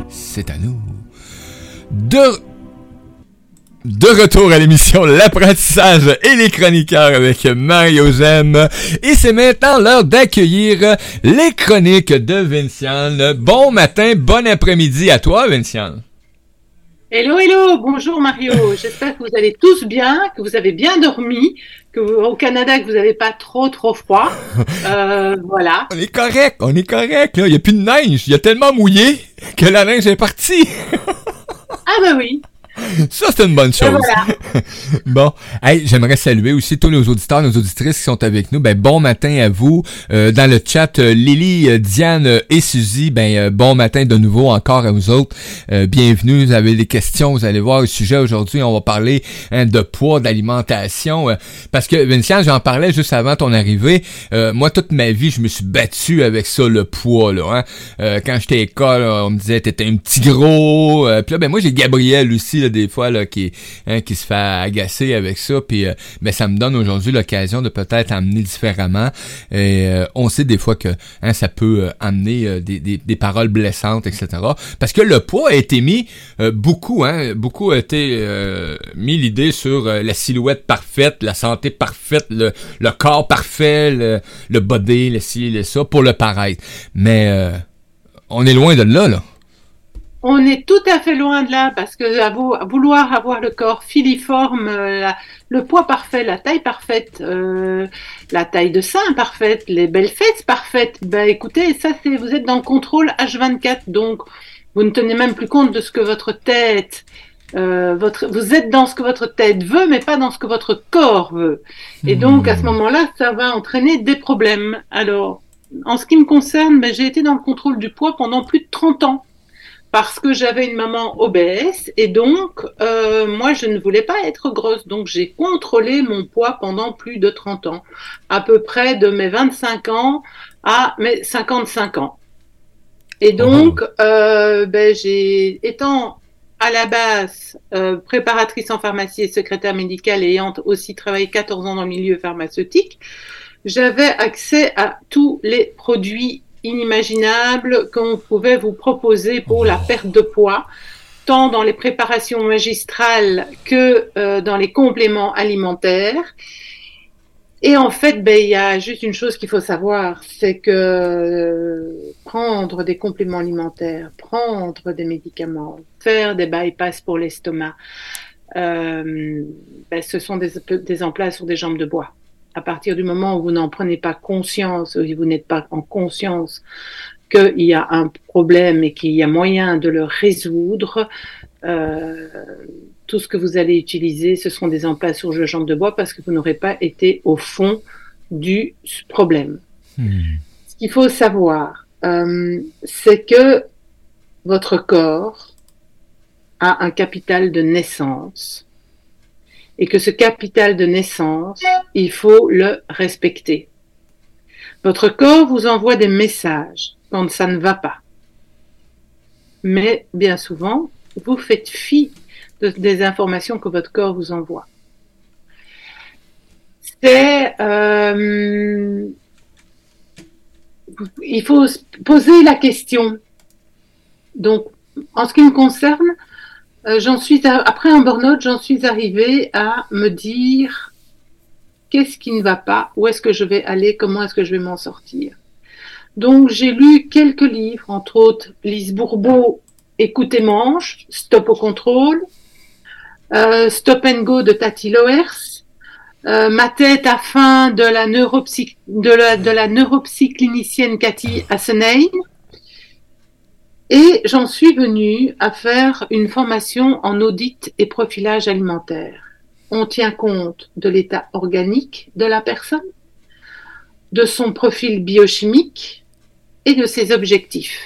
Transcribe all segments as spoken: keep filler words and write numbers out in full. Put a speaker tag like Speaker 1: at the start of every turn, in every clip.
Speaker 1: c'est à nous. De... De retour à l'émission L'apprentissage et les chroniqueurs avec Mario Gem. Et c'est maintenant l'heure d'accueillir les chroniques de Vinciane. Bon matin, bon après-midi à toi, Vinciane.
Speaker 2: Hello, hello, bonjour Mario. J'espère que vous allez tous bien, que vous avez bien dormi, que vous, au Canada, que vous n'avez pas trop, trop froid. Euh, voilà.
Speaker 1: On est correct, on est correct, là. Il n'y a plus de neige. Il y a tellement mouillé que la neige est partie.
Speaker 2: Ah ben oui.
Speaker 1: Ça, c'est une bonne chose. Voilà. Bon, hey, j'aimerais saluer aussi tous nos auditeurs, nos auditrices qui sont avec nous. Ben, bon matin à vous. Euh, dans le chat, euh, Lily, euh, Diane euh, et Suzy, ben, euh, bon matin de nouveau encore à vous autres. Euh, bienvenue. Vous avez des questions, vous allez voir le sujet aujourd'hui. On va parler hein, de poids, d'alimentation. Euh, parce que, Vincent, j'en parlais juste avant ton arrivée. Euh, moi, toute ma vie, je me suis battu avec ça, le poids, là. Hein. Euh, quand j'étais à l'école, on me disait, t'étais un petit gros. Euh, puis là, ben, moi, j'ai Gabriel aussi, là, des fois là qui hein, qui se fait agacer avec ça puis euh, ben ça me donne aujourd'hui l'occasion de peut-être amener différemment et euh, on sait des fois que hein, ça peut euh, amener euh, des, des des paroles blessantes etc parce que le poids a été mis euh, beaucoup hein beaucoup a été euh, mis l'idée sur euh, la silhouette parfaite, la santé parfaite, le le corps parfait, le le body, le ci le ça pour le paraître mais euh, on est loin de là là.
Speaker 2: On est tout à fait loin de là parce que à, vous, à vouloir avoir le corps filiforme, euh, la, le poids parfait, la taille parfaite, euh, la taille de sein parfaite, les belles fesses parfaites, ben écoutez, ça c'est vous êtes dans le contrôle H vingt-quatre, donc vous ne tenez même plus compte de ce que votre tête, euh, votre, vous êtes dans ce que votre tête veut, mais pas dans ce que votre corps veut. Et donc à ce moment-là, ça va entraîner des problèmes. Alors, en ce qui me concerne, ben, j'ai été dans le contrôle du poids pendant plus de trente ans. Parce que j'avais une maman obèse et donc euh, moi je ne voulais pas être grosse, donc j'ai contrôlé mon poids pendant plus de trente ans, à peu près de mes vingt-cinq ans à mes cinquante-cinq ans. Et donc oh. euh, ben, j'ai étant à la base euh, préparatrice en pharmacie et secrétaire médicale et ayant aussi travaillé quatorze ans dans le milieu pharmaceutique, j'avais accès à tous les produits inimaginable qu'on pouvait vous proposer pour la perte de poids, tant dans les préparations magistrales que euh, dans les compléments alimentaires. Et en fait, ben, il y a juste une chose qu'il faut savoir, c'est que euh, prendre des compléments alimentaires, prendre des médicaments, faire des bypass pour l'estomac, euh, ben, ce sont des, des emplats sur des jambes de bois. À partir du moment où vous n'en prenez pas conscience, où vous n'êtes pas en conscience qu'il y a un problème et qu'il y a moyen de le résoudre, euh, tout ce que vous allez utiliser, ce seront des emplats sur jambes de bois parce que vous n'aurez pas été au fond du problème. Mmh. Ce qu'il faut savoir, euh, c'est que votre corps a un capital de naissance. Et que ce capital de naissance, il faut le respecter. Votre corps vous envoie des messages quand ça ne va pas. Mais bien souvent, vous faites fi de, des informations que votre corps vous envoie. C'est... Euh, il faut poser la question. Donc, en ce qui me concerne, Euh, j'en suis à, après un burn-out, j'en suis arrivée à me dire qu'est-ce qui ne va pas, où est-ce que je vais aller, comment est-ce que je vais m'en sortir. Donc j'ai lu quelques livres, entre autres Lise Bourbeau, Écoute et mange, Stop au contrôle, euh, Stop and Go de Tati Loers, euh, Ma tête à faim de la neuropsy de la de la neuropsyclinicienne Cathy Assenheim. Et j'en suis venue à faire une formation en audit et profilage alimentaire. On tient compte de l'état organique de la personne, de son profil biochimique et de ses objectifs.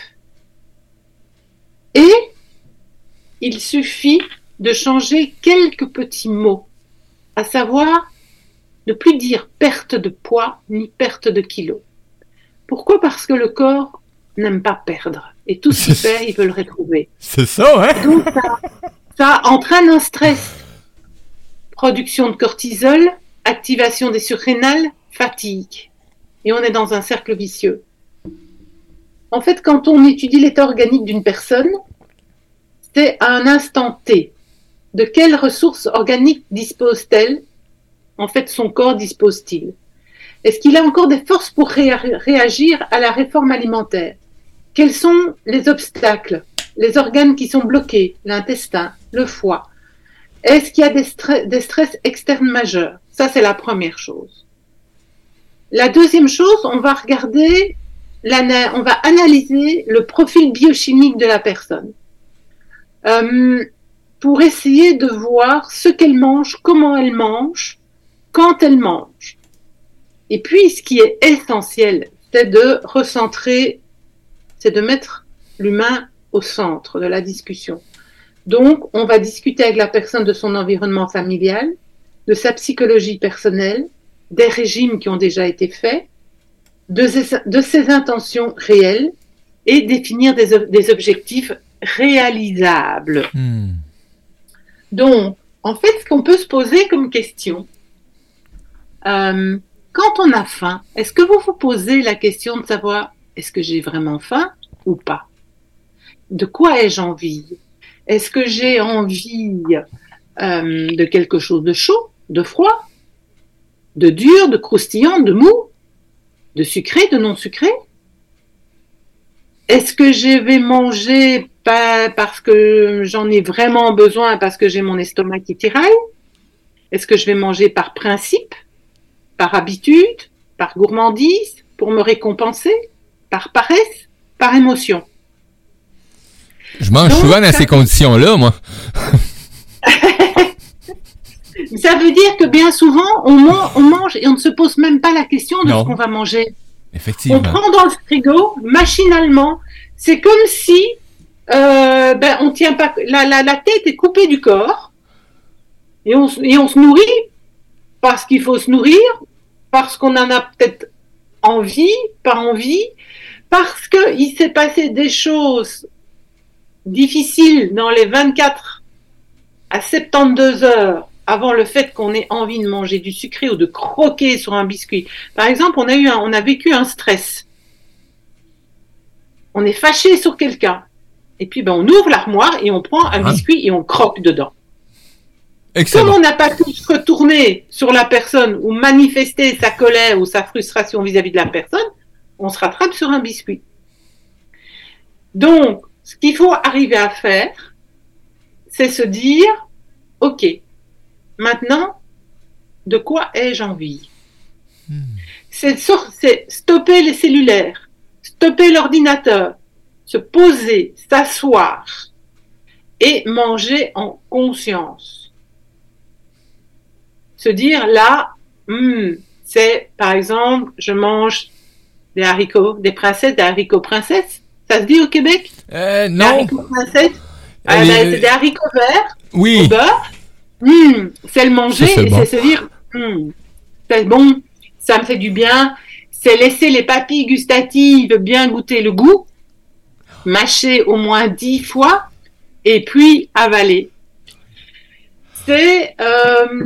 Speaker 2: Et il suffit de changer quelques petits mots, à savoir ne plus dire perte de poids ni perte de kilos. Pourquoi ? Parce que le corps n'aime pas perdre. Et tout ce qu'il perd, il veut le retrouver.
Speaker 1: C'est ça, hein?
Speaker 2: Donc, ça, ça entraîne un stress. Production de cortisol, activation des surrénales, fatigue. Et on est dans un cercle vicieux. En fait, quand on étudie l'état organique d'une personne, c'est à un instant T. De quelles ressources organiques dispose-t-elle? En fait, son corps dispose-t-il? Est-ce qu'il a encore des forces pour ré- réagir à la réforme alimentaire? Quels sont les obstacles? Les organes qui sont bloqués, l'intestin, le foie. Est-ce qu'il y a des, stre- des stress externes majeurs? Ça, c'est la première chose. La deuxième chose, on va regarder, l'ana- on va analyser le profil biochimique de la personne euh, pour essayer de voir ce qu'elle mange, comment elle mange, quand elle mange. Et puis, ce qui est essentiel, c'est de recentrer, c'est de mettre l'humain au centre de la discussion. Donc, on va discuter avec la personne de son environnement familial, de sa psychologie personnelle, des régimes qui ont déjà été faits, de ses, de ses intentions réelles et définir des, des objectifs réalisables. Mmh. Donc, en fait, ce qu'on peut se poser comme question, euh, quand on a faim, est-ce que vous vous posez la question de savoir est-ce que j'ai vraiment faim ou pas? De quoi ai-je envie? Est-ce que j'ai envie euh, de quelque chose de chaud, de froid, de dur, de croustillant, de mou, de sucré, de non sucré? Est-ce que je vais manger pas parce que j'en ai vraiment besoin, parce que j'ai mon estomac qui tiraille? Est-ce que je vais manger par principe, par habitude, par gourmandise, pour me récompenser, par paresse, par émotion?
Speaker 1: Je mange Donc, souvent dans ça... ces conditions-là, moi.
Speaker 2: Ça veut dire que bien souvent, on, man- on mange et on ne se pose même pas la question de non. ce qu'on va manger.
Speaker 1: Effectivement.
Speaker 2: On prend dans le frigo, machinalement. C'est comme si euh, ben, on tient pas, la, la, la tête est coupée du corps et on, et on se nourrit parce qu'il faut se nourrir, parce qu'on en a peut-être envie, pas envie, parce qu'il s'est passé des choses difficiles dans les vingt-quatre à soixante-douze heures avant le fait qu'on ait envie de manger du sucré ou de croquer sur un biscuit. Par exemple, on a eu un, on a vécu un stress. On est fâché sur quelqu'un. Et puis, ben, on ouvre l'armoire et on prend un ah. biscuit et on croque dedans. Excellent. Comme on n'a pas pu se retourner sur la personne ou manifester sa colère ou sa frustration vis-à-vis de la personne, on se rattrape sur un biscuit. Donc, ce qu'il faut arriver à faire, c'est se dire, ok, maintenant, de quoi ai-je envie? hmm. c'est, c'est stopper les cellulaires, stopper l'ordinateur, se poser, s'asseoir et manger en conscience. Se dire là, hmm, c'est par exemple, je mange des haricots, des princesses, des haricots princesses. Ça se dit au Québec?
Speaker 1: Euh, non.
Speaker 2: Des haricots princesses. Euh, euh, ben, c'est des haricots verts
Speaker 1: oui.
Speaker 2: au beurre. Mmh, c'est le manger ça, c'est et bon. C'est se dire, mmh, c'est bon, ça me fait du bien. C'est laisser les papilles gustatives bien goûter le goût, mâcher au moins dix fois et puis avaler. C'est, euh,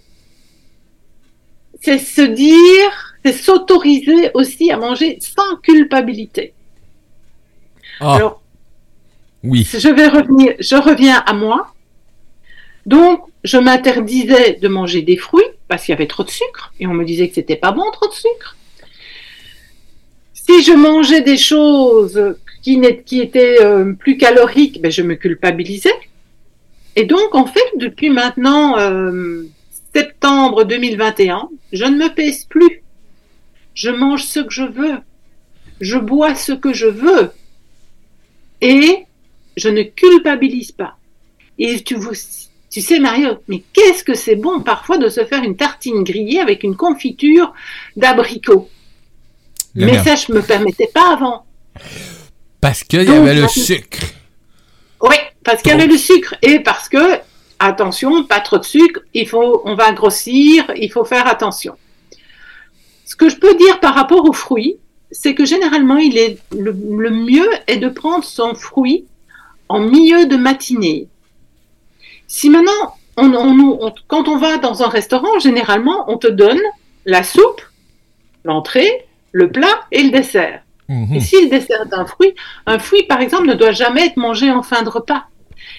Speaker 2: c'est se dire, c'est s'autoriser aussi à manger sans culpabilité.
Speaker 1: Ah. Alors, oui.
Speaker 2: Je vais revenir, je reviens à moi. Donc, je m'interdisais de manger des fruits parce qu'il y avait trop de sucre et on me disait que c'était pas bon, trop de sucre. Si je mangeais des choses qui, qui étaient euh, plus caloriques, ben je me culpabilisais. Et donc, en fait, depuis maintenant euh, septembre deux mille vingt et un, je ne me pèse plus. Je mange ce que je veux. Je bois ce que je veux. Et je ne culpabilise pas. Et tu vous... Tu sais, Mario, mais qu'est-ce que c'est bon parfois de se faire une tartine grillée avec une confiture d'abricot. Mais merde. Ça, je ne me permettais pas avant.
Speaker 1: Parce qu'il y avait le sucre.
Speaker 2: Oui, parce qu'il y avait le sucre. Et parce que, attention, pas trop de sucre, il faut, on va grossir, il faut faire attention. Ce que je peux dire par rapport aux fruits, c'est que généralement, il est, le, le mieux est de prendre son fruit en milieu de matinée. Si maintenant, on, on, on, quand on va dans un restaurant, généralement, on te donne la soupe, l'entrée, le plat et le dessert. Mmh. Et si le dessert est un fruit, un fruit, par exemple, ne doit jamais être mangé en fin de repas.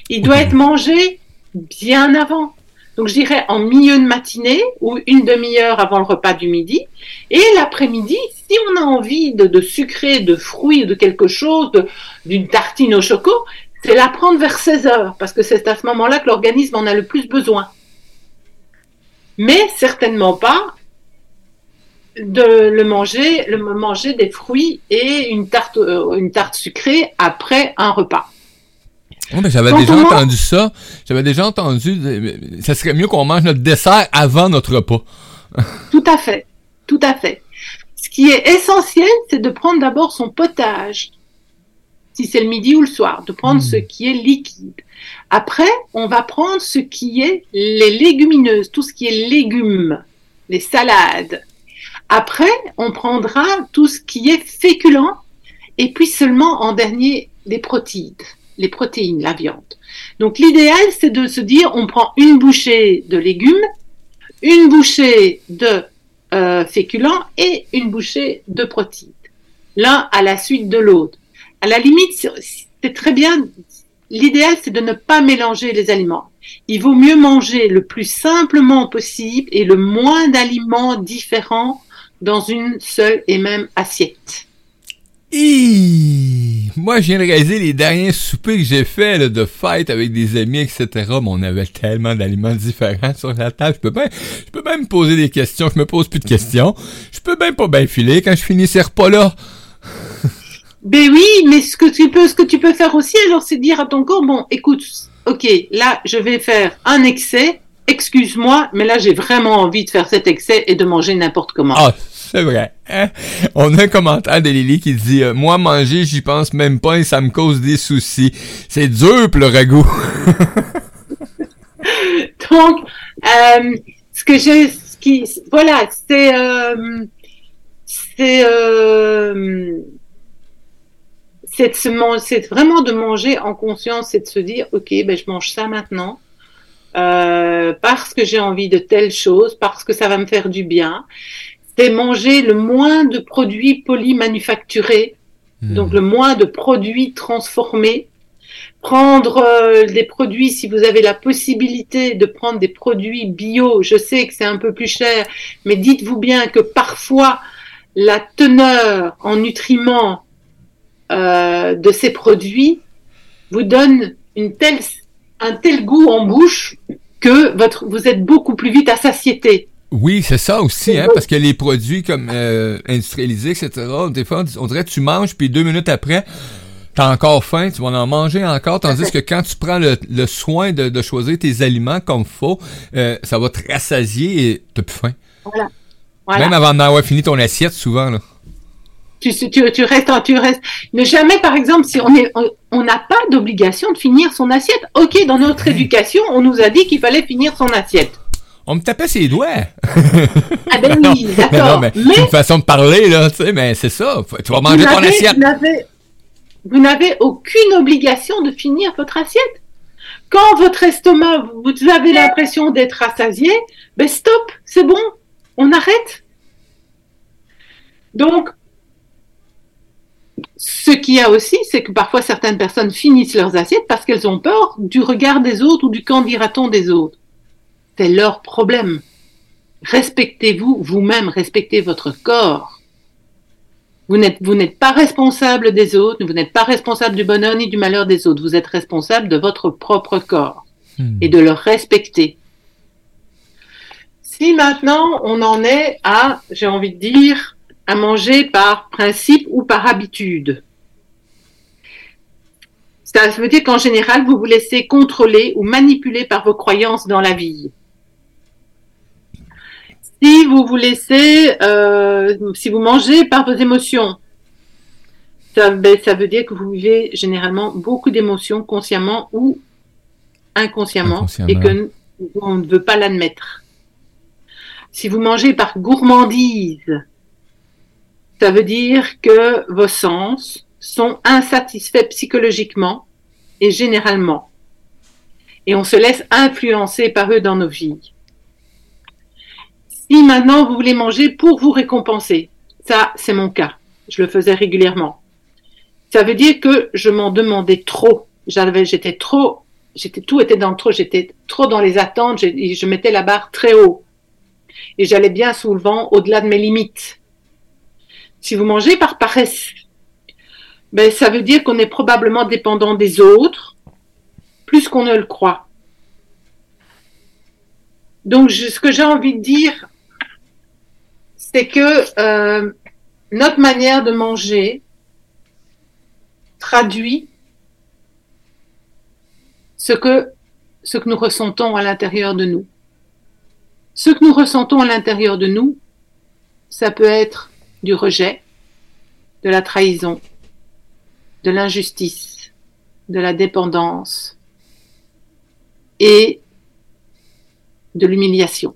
Speaker 2: Il doit être mangé bien avant. Donc, je dirais en milieu de matinée ou une demi-heure avant le repas du midi. Et l'après-midi, si on a envie de, de sucré, de fruits, de quelque chose, de, d'une tartine au choco, c'est la prendre vers seize heures, parce que c'est à ce moment-là que l'organisme en a le plus besoin. Mais certainement pas de le manger, le manger des fruits et une tarte, euh, une tarte sucrée après un repas.
Speaker 1: Oh, ben, j'avais Quand déjà entendu mange... ça. J'avais déjà entendu, ça serait mieux qu'on mange notre dessert avant notre repas.
Speaker 2: Tout à fait. Tout à fait. Ce qui est essentiel, c'est de prendre d'abord son potage. Si c'est le midi ou le soir, de prendre mmh. ce qui est liquide. Après, on va prendre ce qui est les légumineuses, tout ce qui est légumes, les salades. Après, on prendra tout ce qui est féculent et puis seulement en dernier, les protéines. Les protéines, la viande. Donc l'idéal, c'est de se dire, on prend une bouchée de légumes, une bouchée de euh, féculents et une bouchée de protéines. L'un à la suite de l'autre. À la limite, c'est, c'est très bien. L'idéal, c'est de ne pas mélanger les aliments. Il vaut mieux manger le plus simplement possible et le moins d'aliments différents dans une seule et même assiette.
Speaker 1: Hi! Moi, je viens de réaliser les derniers soupers que j'ai faits là, de fête avec des amis, et cetera. Mais on avait tellement d'aliments différents sur la table. Je peux bien, je peux même me poser des questions. Je me pose plus de questions. Je peux même pas bien filer quand je finis ces repas-là.
Speaker 2: Ben oui, mais ce que tu peux, ce que tu peux faire aussi, alors, c'est dire à ton corps, bon, écoute, ok, là, je vais faire un excès. Excuse-moi, mais là, j'ai vraiment envie de faire cet excès et de manger n'importe comment.
Speaker 1: Ah, c'est vrai. Hein? On a un commentaire de Lily qui dit euh, « Moi, manger, j'y pense même pas et ça me cause des soucis. C'est dur pour le ragoût. »
Speaker 2: Donc, euh, ce que j'ai... Ce qui, voilà, c'est... Euh, c'est... Euh, c'est, de se man- c'est vraiment de manger en conscience, c'est de se dire « Ok, ben je mange ça maintenant. » Euh, parce que j'ai envie de telle chose, parce que ça va me faire du bien. C'est manger le moins de produits polymanufacturés, mmh. donc le moins de produits transformés. Prendre euh, des produits, si vous avez la possibilité de prendre des produits bio, je sais que c'est un peu plus cher, mais dites-vous bien que parfois la teneur en nutriments euh, de ces produits vous donne une telle un tel goût en bouche que votre, vous êtes beaucoup plus vite à satiété.
Speaker 1: Oui, c'est ça aussi, hein, parce que les produits comme euh, industrialisés, et cetera, des fois, on dirait que tu manges, puis deux minutes après, t'as encore faim, tu vas en manger encore, tandis que quand tu prends le, le soin de, de choisir tes aliments comme faut, euh, ça va te rassasier et t'as plus faim.
Speaker 2: Voilà. Voilà.
Speaker 1: Même avant d'avoir fini ton assiette, souvent, là.
Speaker 2: Tu, tu, tu restes, tu restes. Ne jamais, par exemple, si on est, on n'a pas d'obligation de finir son assiette. Ok, dans notre hey. éducation, on nous a dit qu'il fallait finir son assiette.
Speaker 1: On me tapait ses doigts.
Speaker 2: Ah ben oui, non, d'accord.
Speaker 1: Non, mais, mais c'est une façon de parler, là, tu sais, mais c'est ça. Tu vas manger ton assiette.
Speaker 2: Vous n'avez, vous n'avez aucune obligation de finir votre assiette. Quand votre estomac, vous avez l'impression d'être rassasié, ben stop, c'est bon, on arrête. Donc, ce qu'il y a aussi, c'est que parfois certaines personnes finissent leurs assiettes parce qu'elles ont peur du regard des autres ou du qu'en dira-t-on des autres. C'est leur problème. Respectez-vous vous-même, respectez votre corps. Vous n'êtes, vous n'êtes pas responsable des autres, vous n'êtes pas responsable du bonheur ni du malheur des autres. Vous êtes responsable de votre propre corps hmm. et de le respecter. Si maintenant on en est à, j'ai envie de dire, à manger par principe ou par habitude. Ça veut dire qu'en général, vous vous laissez contrôler ou manipuler par vos croyances dans la vie. Si vous vous laissez, euh, si vous mangez par vos émotions, ça, ben, ça veut dire que vous vivez généralement beaucoup d'émotions consciemment ou inconsciemment, inconsciemment. et que on ne veut pas l'admettre. Si vous mangez par gourmandise, ça veut dire que vos sens sont insatisfaits psychologiquement et généralement. Et on se laisse influencer par eux dans nos vies. Si maintenant vous voulez manger pour vous récompenser, ça c'est mon cas, je le faisais régulièrement. Ça veut dire que je m'en demandais trop, j'avais, j'étais trop j'étais, tout était dans le trop, j'étais trop dans les attentes, je, je mettais la barre très haut. Et j'allais bien souvent au-delà de mes limites. Si vous mangez par paresse, ben, ça veut dire qu'on est probablement dépendant des autres, plus qu'on ne le croit. Donc, je, ce que j'ai envie de dire, c'est que euh, notre manière de manger traduit ce que, ce que nous ressentons à l'intérieur de nous. Ce que nous ressentons à l'intérieur de nous, ça peut être du rejet, de la trahison, de l'injustice, de la dépendance et de l'humiliation.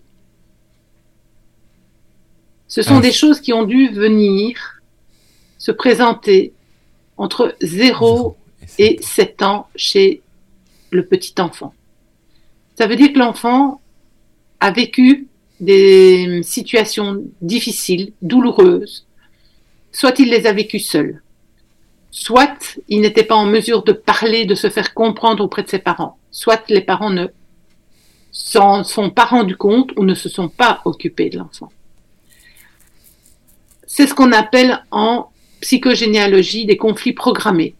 Speaker 2: Ce sont ah, des choses qui ont dû venir se présenter entre zéro et sept ans chez le petit enfant. Ça veut dire que l'enfant a vécu des situations difficiles, douloureuses, soit il les a vécues seul, soit il n'était pas en mesure de parler, de se faire comprendre auprès de ses parents, soit les parents ne s'en sont pas rendus compte ou ne se sont pas occupés de l'enfant. C'est ce qu'on appelle en psychogénéalogie des conflits programmés.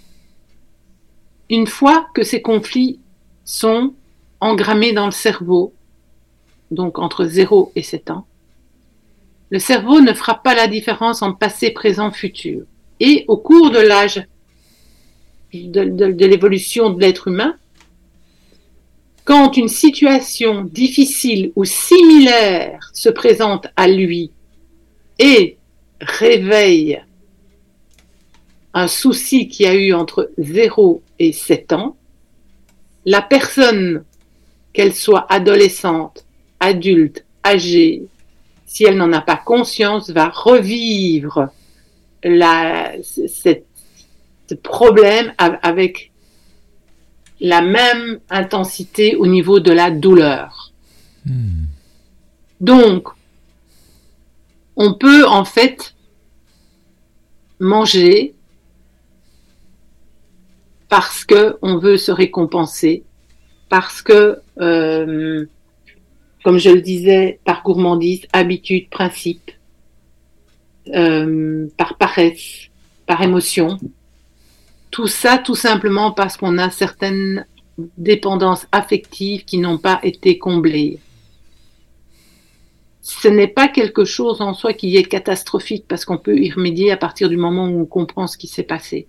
Speaker 2: Une fois que ces conflits sont engrammés dans le cerveau, donc entre zéro et sept ans, le cerveau ne fera pas la différence en passé, présent, futur. Et au cours de l'âge de, de, de l'évolution de l'être humain, quand une situation difficile ou similaire se présente à lui et réveille un souci qu'il y a eu entre zéro et sept ans, la personne, qu'elle soit adolescente, adulte, âgée, si elle n'en a pas conscience, va revivre la, cette, ce problème avec la même intensité au niveau de la douleur. Hmm. Donc, on peut en fait manger parce que on veut se récompenser, parce que, euh, comme je le disais, par gourmandise, habitude, principe, euh, par paresse, par émotion. Tout ça, tout simplement parce qu'on a certaines dépendances affectives qui n'ont pas été comblées. Ce n'est pas quelque chose en soi qui est catastrophique parce qu'on peut y remédier à partir du moment où on comprend ce qui s'est passé.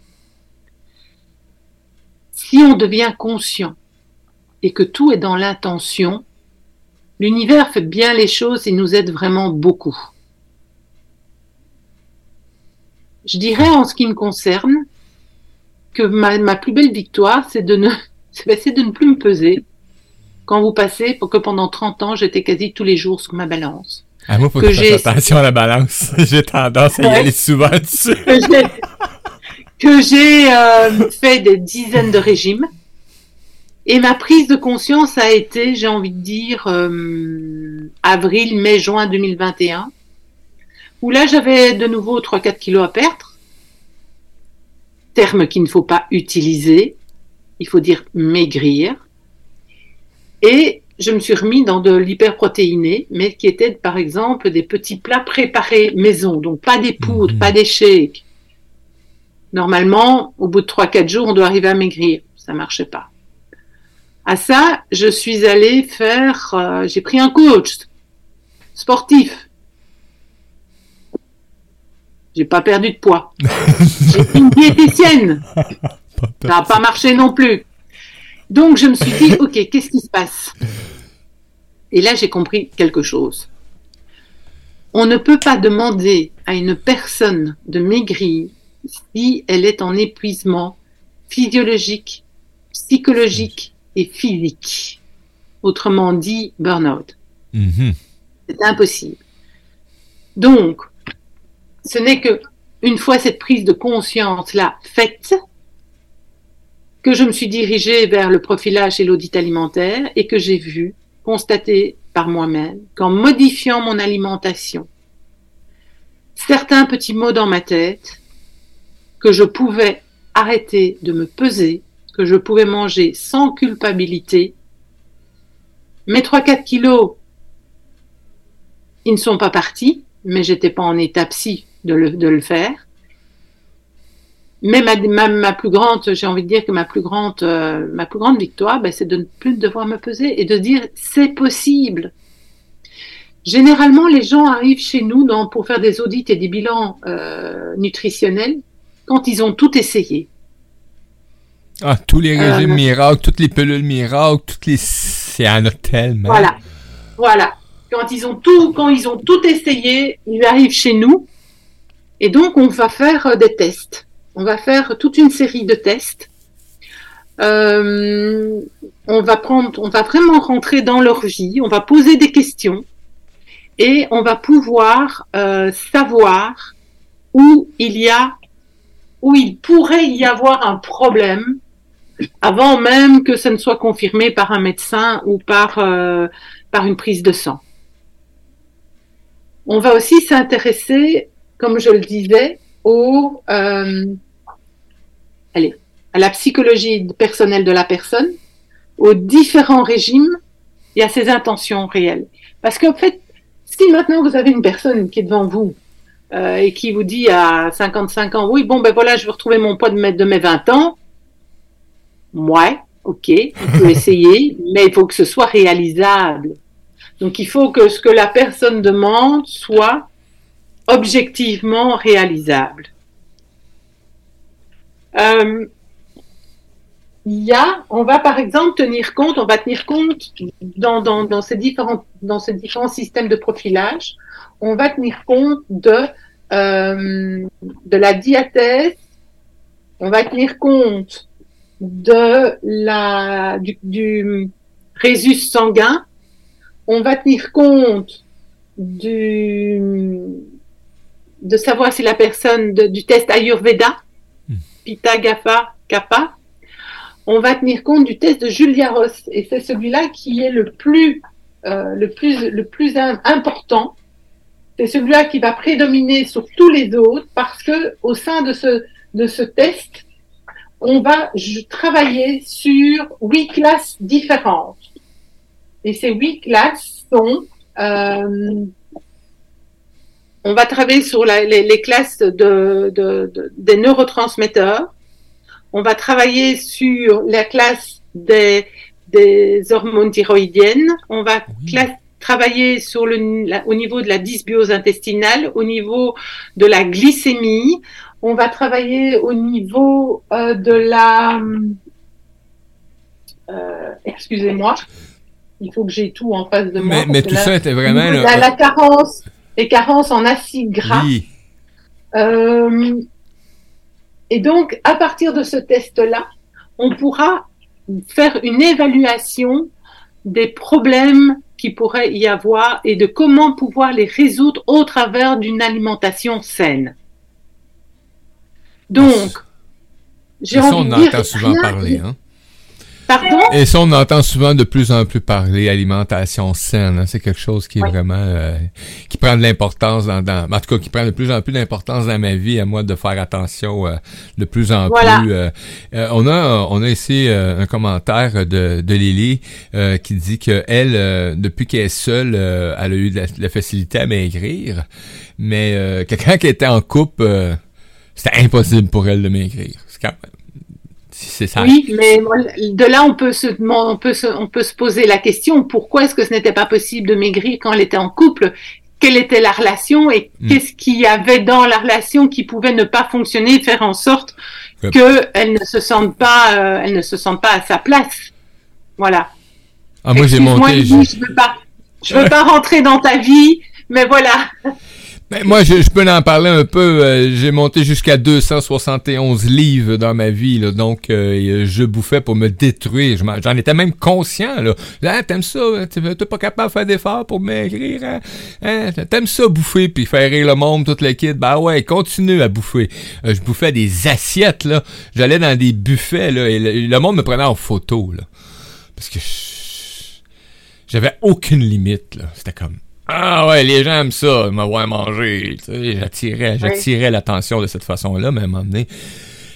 Speaker 2: Si on devient conscient et que tout est dans l'intention, l'univers fait bien les choses et nous aide vraiment beaucoup. Je dirais en ce qui me concerne que ma, ma plus belle victoire, c'est de, ne, c'est de ne plus me peser. Quand vous passez, pour que pendant trente ans, j'étais quasi tous les jours sur ma balance.
Speaker 1: Ah, moi, faut que, que je fasse attention à la balance. J'ai tendance à y ouais. aller souvent dessus.
Speaker 2: que j'ai, que j'ai euh, fait des dizaines de régimes. Et ma prise de conscience a été, j'ai envie de dire, euh, avril, mai, juin deux mille vingt et un, où là, j'avais de nouveau trois à quatre kilos à perdre. Terme qu'il ne faut pas utiliser. Il faut dire maigrir. Et je me suis remis dans de l'hyperprotéiné, mais qui était par exemple des petits plats préparés maison, donc pas des poudres, mmh. pas des shakes. Normalement, au bout de trois à quatre jours, on doit arriver à maigrir. Ça marchait pas. À ça, je suis allée faire, euh, j'ai pris un coach sportif. J'ai pas perdu de poids. J'ai pris une diététicienne. Ça n'a pas marché non plus. Donc, je me suis dit, ok, qu'est-ce qui se passe? Et là, j'ai compris quelque chose. On ne peut pas demander à une personne de maigrir si elle est en épuisement physiologique, psychologique et physique. Autrement dit, burn-out. Mm-hmm. C'est impossible. Donc, ce n'est que une fois cette prise de conscience-là faite, que je me suis dirigée vers le profilage et l'audit alimentaire et que j'ai vu, constaté par moi-même, qu'en modifiant mon alimentation, certains petits mots dans ma tête, que je pouvais arrêter de me peser, que je pouvais manger sans culpabilité. Mes trois quatre kilos, ils ne sont pas partis, mais j'étais pas en état psy de le, de le faire. Mais ma, ma, ma plus grande, j'ai envie de dire que ma plus grande, euh, ma plus grande victoire, ben, c'est de ne plus devoir me peser et de dire c'est possible. Généralement, les gens arrivent chez nous dans, pour faire des audits et des bilans euh, nutritionnels quand ils ont tout essayé.
Speaker 1: Ah, tous les régimes
Speaker 2: euh,
Speaker 1: miracles, toutes les pilules miracles, toutes les, c'est un hôtel, même.
Speaker 2: Voilà, voilà. Quand ils ont tout, quand ils ont tout essayé, ils arrivent chez nous et donc on va faire des tests. On va faire toute une série de tests. Euh, on va prendre, on va vraiment rentrer dans leur vie. On va poser des questions et on va pouvoir euh, savoir où il y a, où il pourrait y avoir un problème avant même que ça ne soit confirmé par un médecin ou par euh, par une prise de sang. On va aussi s'intéresser, comme je le disais, au euh, allez, à la psychologie personnelle de la personne, aux différents régimes et à ses intentions réelles. Parce qu'en fait, si maintenant vous avez une personne qui est devant vous euh, et qui vous dit à cinquante-cinq ans, oui, bon, ben voilà, je veux retrouver mon poids de mes, de mes vingt ans, ouais, ok, on peut essayer, mais il faut que ce soit réalisable. Donc, il faut que ce que la personne demande soit objectivement réalisable. Euh, il y a, on va par exemple tenir compte, on va tenir compte dans, dans, dans, ces différents, dans ces différents systèmes de profilage, on va tenir compte de, euh, de la diathèse, on va tenir compte de la, du, du résus sanguin, on va tenir compte du, de savoir si la personne, de, du test Ayurveda, Pitta, Kapha, Kapha. On va tenir compte du test de Julia-Ross et c'est celui-là qui est le plus, euh, le plus, le plus important. C'est celui-là qui va prédominer sur tous les autres parce que au sein de ce, de ce test, on va travailler sur huit classes différentes. Et ces huit classes sont, euh, on va travailler sur la, les, les classes de, de, de, des neurotransmetteurs. On va travailler sur la classe des, des hormones thyroïdiennes. On va oui. classe, travailler sur le, la, au niveau de la dysbiose intestinale, au niveau de la glycémie. On va travailler au niveau euh, de la... Euh, excusez-moi, il faut que j'ai tout en face de moi.
Speaker 1: Mais, mais tout là, ça était vraiment...
Speaker 2: La, la carence, les carences en acides gras. Oui. Euh, et donc, à partir de ce test-là, on pourra faire une évaluation des problèmes qui pourrait y avoir et de comment pouvoir les résoudre au travers d'une alimentation saine. Donc, j'ai envie de dire...
Speaker 1: on entend souvent rien... parler, hein?
Speaker 2: Pardon?
Speaker 1: Et ça, on entend souvent de plus en plus parler alimentation saine. Hein? C'est quelque chose qui est oui. vraiment... Euh, qui prend de l'importance dans, dans... En tout cas, qui prend de plus en plus d'importance dans ma vie, à moi de faire attention euh, de plus en voilà. plus. Euh, euh, on a on a ici euh, un commentaire de, de Lily euh, qui dit que elle, euh, depuis qu'elle est seule, euh, elle a eu de la, de la facilité à maigrir. Mais euh, que quand elle était en couple, euh, c'était impossible pour elle de maigrir. C'est quand même... C'est ça.
Speaker 2: Oui, mais de là, on peut se, on peut se, on peut se poser la question, pourquoi est-ce que ce n'était pas possible de maigrir quand elle était en couple? Quelle était la relation et mmh. qu'est-ce qu'il y avait dans la relation qui pouvait ne pas fonctionner, faire en sorte ouais. qu'elle ne se sente pas, euh, elle ne se sente pas à sa place. Voilà.
Speaker 1: Ah, moi, j'ai monté.
Speaker 2: Je, je veux pas, je veux pas rentrer dans ta vie, mais voilà.
Speaker 1: Ben, moi, je, je peux en parler un peu. Euh, j'ai monté jusqu'à deux cent soixante et onze livres dans ma vie, là, donc euh, je bouffais pour me détruire. Je j'en étais même conscient. Là, ah, t'aimes ça? T'es pas capable de faire d'efforts pour maigrir? Hein? Hein? T'aimes ça bouffer puis faire rire le monde, toute l'équipe? Ben ouais, continue à bouffer. Euh, je bouffais des assiettes, là. J'allais dans des buffets, là, et le, le monde me prenait en photo, là, parce que je, j'avais aucune limite, là. C'était comme... Ah ouais, les gens aiment ça, me voir manger. Tu sais, j'attirais, j'attirais oui. l'attention de cette façon-là, mais à un moment donné.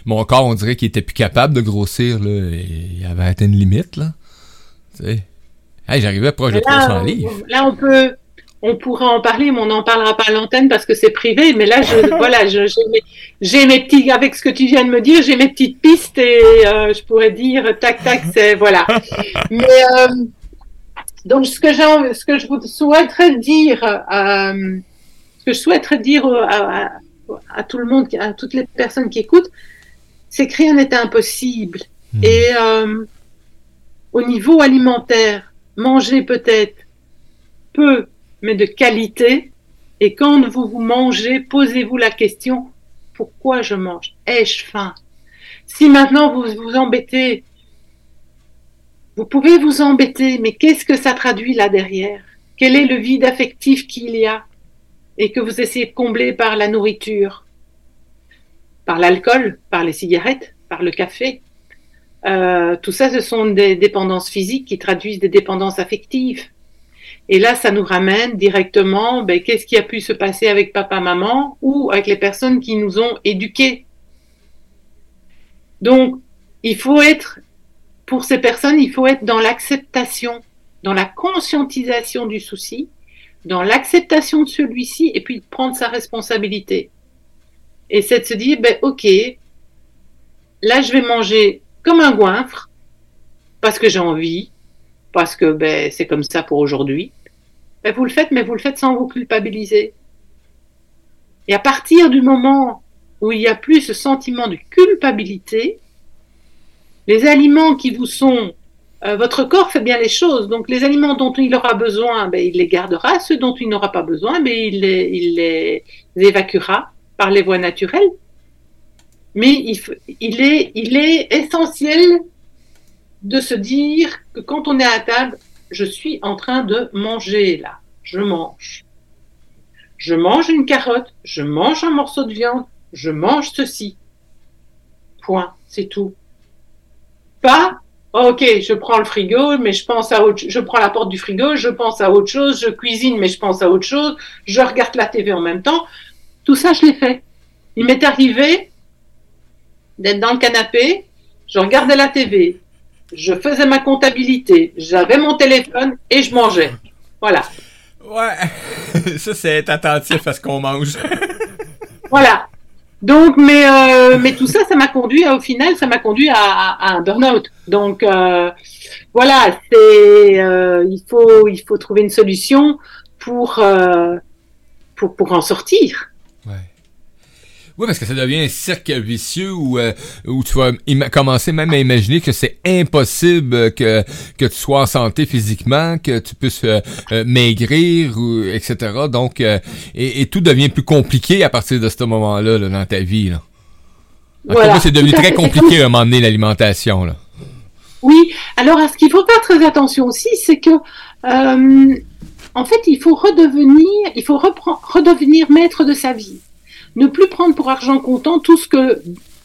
Speaker 1: mon corps, on dirait qu'il était plus capable de grossir, là. Il avait atteint une limite, là. Tu sais. Hey, j'arrivais proche de trois cents livres.
Speaker 2: Là, on peut, on pourra en parler, mais on n'en parlera pas à l'antenne parce que c'est privé. Mais là, je, voilà, je, j'ai, mes, j'ai mes petits, avec ce que tu viens de me dire, j'ai mes petites pistes et euh, je pourrais dire, tac, tac, c'est, voilà. Mais, euh, donc, ce que j'ai, ce que je souhaiterais dire, euh, ce que je souhaiterais dire à, à, à tout le monde, à toutes les personnes qui écoutent, c'est que rien n'est impossible. Mmh. Et euh, au niveau alimentaire, manger peut-être peu, mais de qualité. Et quand vous vous mangez, posez-vous la question, pourquoi je mange? Ai-je faim? Si maintenant vous vous embêtez, vous pouvez vous embêter, mais qu'est-ce que ça traduit là derrière? Quel est le vide affectif qu'il y a et que vous essayez de combler par la nourriture, par l'alcool, par les cigarettes, par le café? Euh, tout ça, ce sont des dépendances physiques qui traduisent des dépendances affectives. Et là, ça nous ramène directement, ben, qu'est-ce qui a pu se passer avec papa, maman ou avec les personnes qui nous ont éduqués. Donc, il faut être, pour ces personnes, il faut être dans l'acceptation, dans la conscientisation du souci, dans l'acceptation de celui-ci et puis de prendre sa responsabilité. Et c'est de se dire, ben, ok, là, je vais manger comme un goinfre, parce que j'ai envie, parce que ben, c'est comme ça pour aujourd'hui. Ben, vous le faites, mais vous le faites sans vous culpabiliser. Et à partir du moment où il n'y a plus ce sentiment de culpabilité, les aliments qui vous sont... Euh, votre corps fait bien les choses, donc les aliments dont il aura besoin, ben, il les gardera, ceux dont il n'aura pas besoin, ben, il, les, il les évacuera par les voies naturelles. Mais il, il, est, il est essentiel de se dire que quand on est à table, je suis en train de manger là, je mange. Je mange une carotte, je mange un morceau de viande, je mange ceci. Point, c'est tout. Pas, ok, je prends le frigo, mais je pense à autre, je prends la porte du frigo, je pense à autre chose, je cuisine, mais je pense à autre chose, je regarde la T V en même temps. Tout ça, je l'ai fait. Il m'est arrivé d'être dans le canapé, je regardais la T V, je faisais ma comptabilité, j'avais mon téléphone et je mangeais. Voilà.
Speaker 1: Ouais, ça c'est être attentif à ce qu'on mange.
Speaker 2: Voilà. Donc, mais euh, mais tout ça, ça m'a conduit, au final, ça m'a conduit à, à, à un burn-out. Donc euh, voilà, c'est euh, il faut il faut trouver une solution pour euh, pour pour en sortir.
Speaker 1: Ouais. Oui, parce que ça devient un cercle vicieux où, euh, où tu vas im- commencer même à imaginer que c'est impossible que, que tu sois en santé physiquement, que tu puisses euh, euh, maigrir, ou, et cetera. Donc, euh, et, et tout devient plus compliqué à partir de ce moment-là là, dans ta vie. Là. En voilà, tout cas, c'est devenu très compliqué à un moment donné, l'alimentation. Là.
Speaker 2: Oui, alors à ce qu'il faut faire très attention aussi, c'est que euh, en fait, il faut redevenir, il faut repren- redevenir maître de sa vie. Ne plus prendre pour argent comptant tout ce que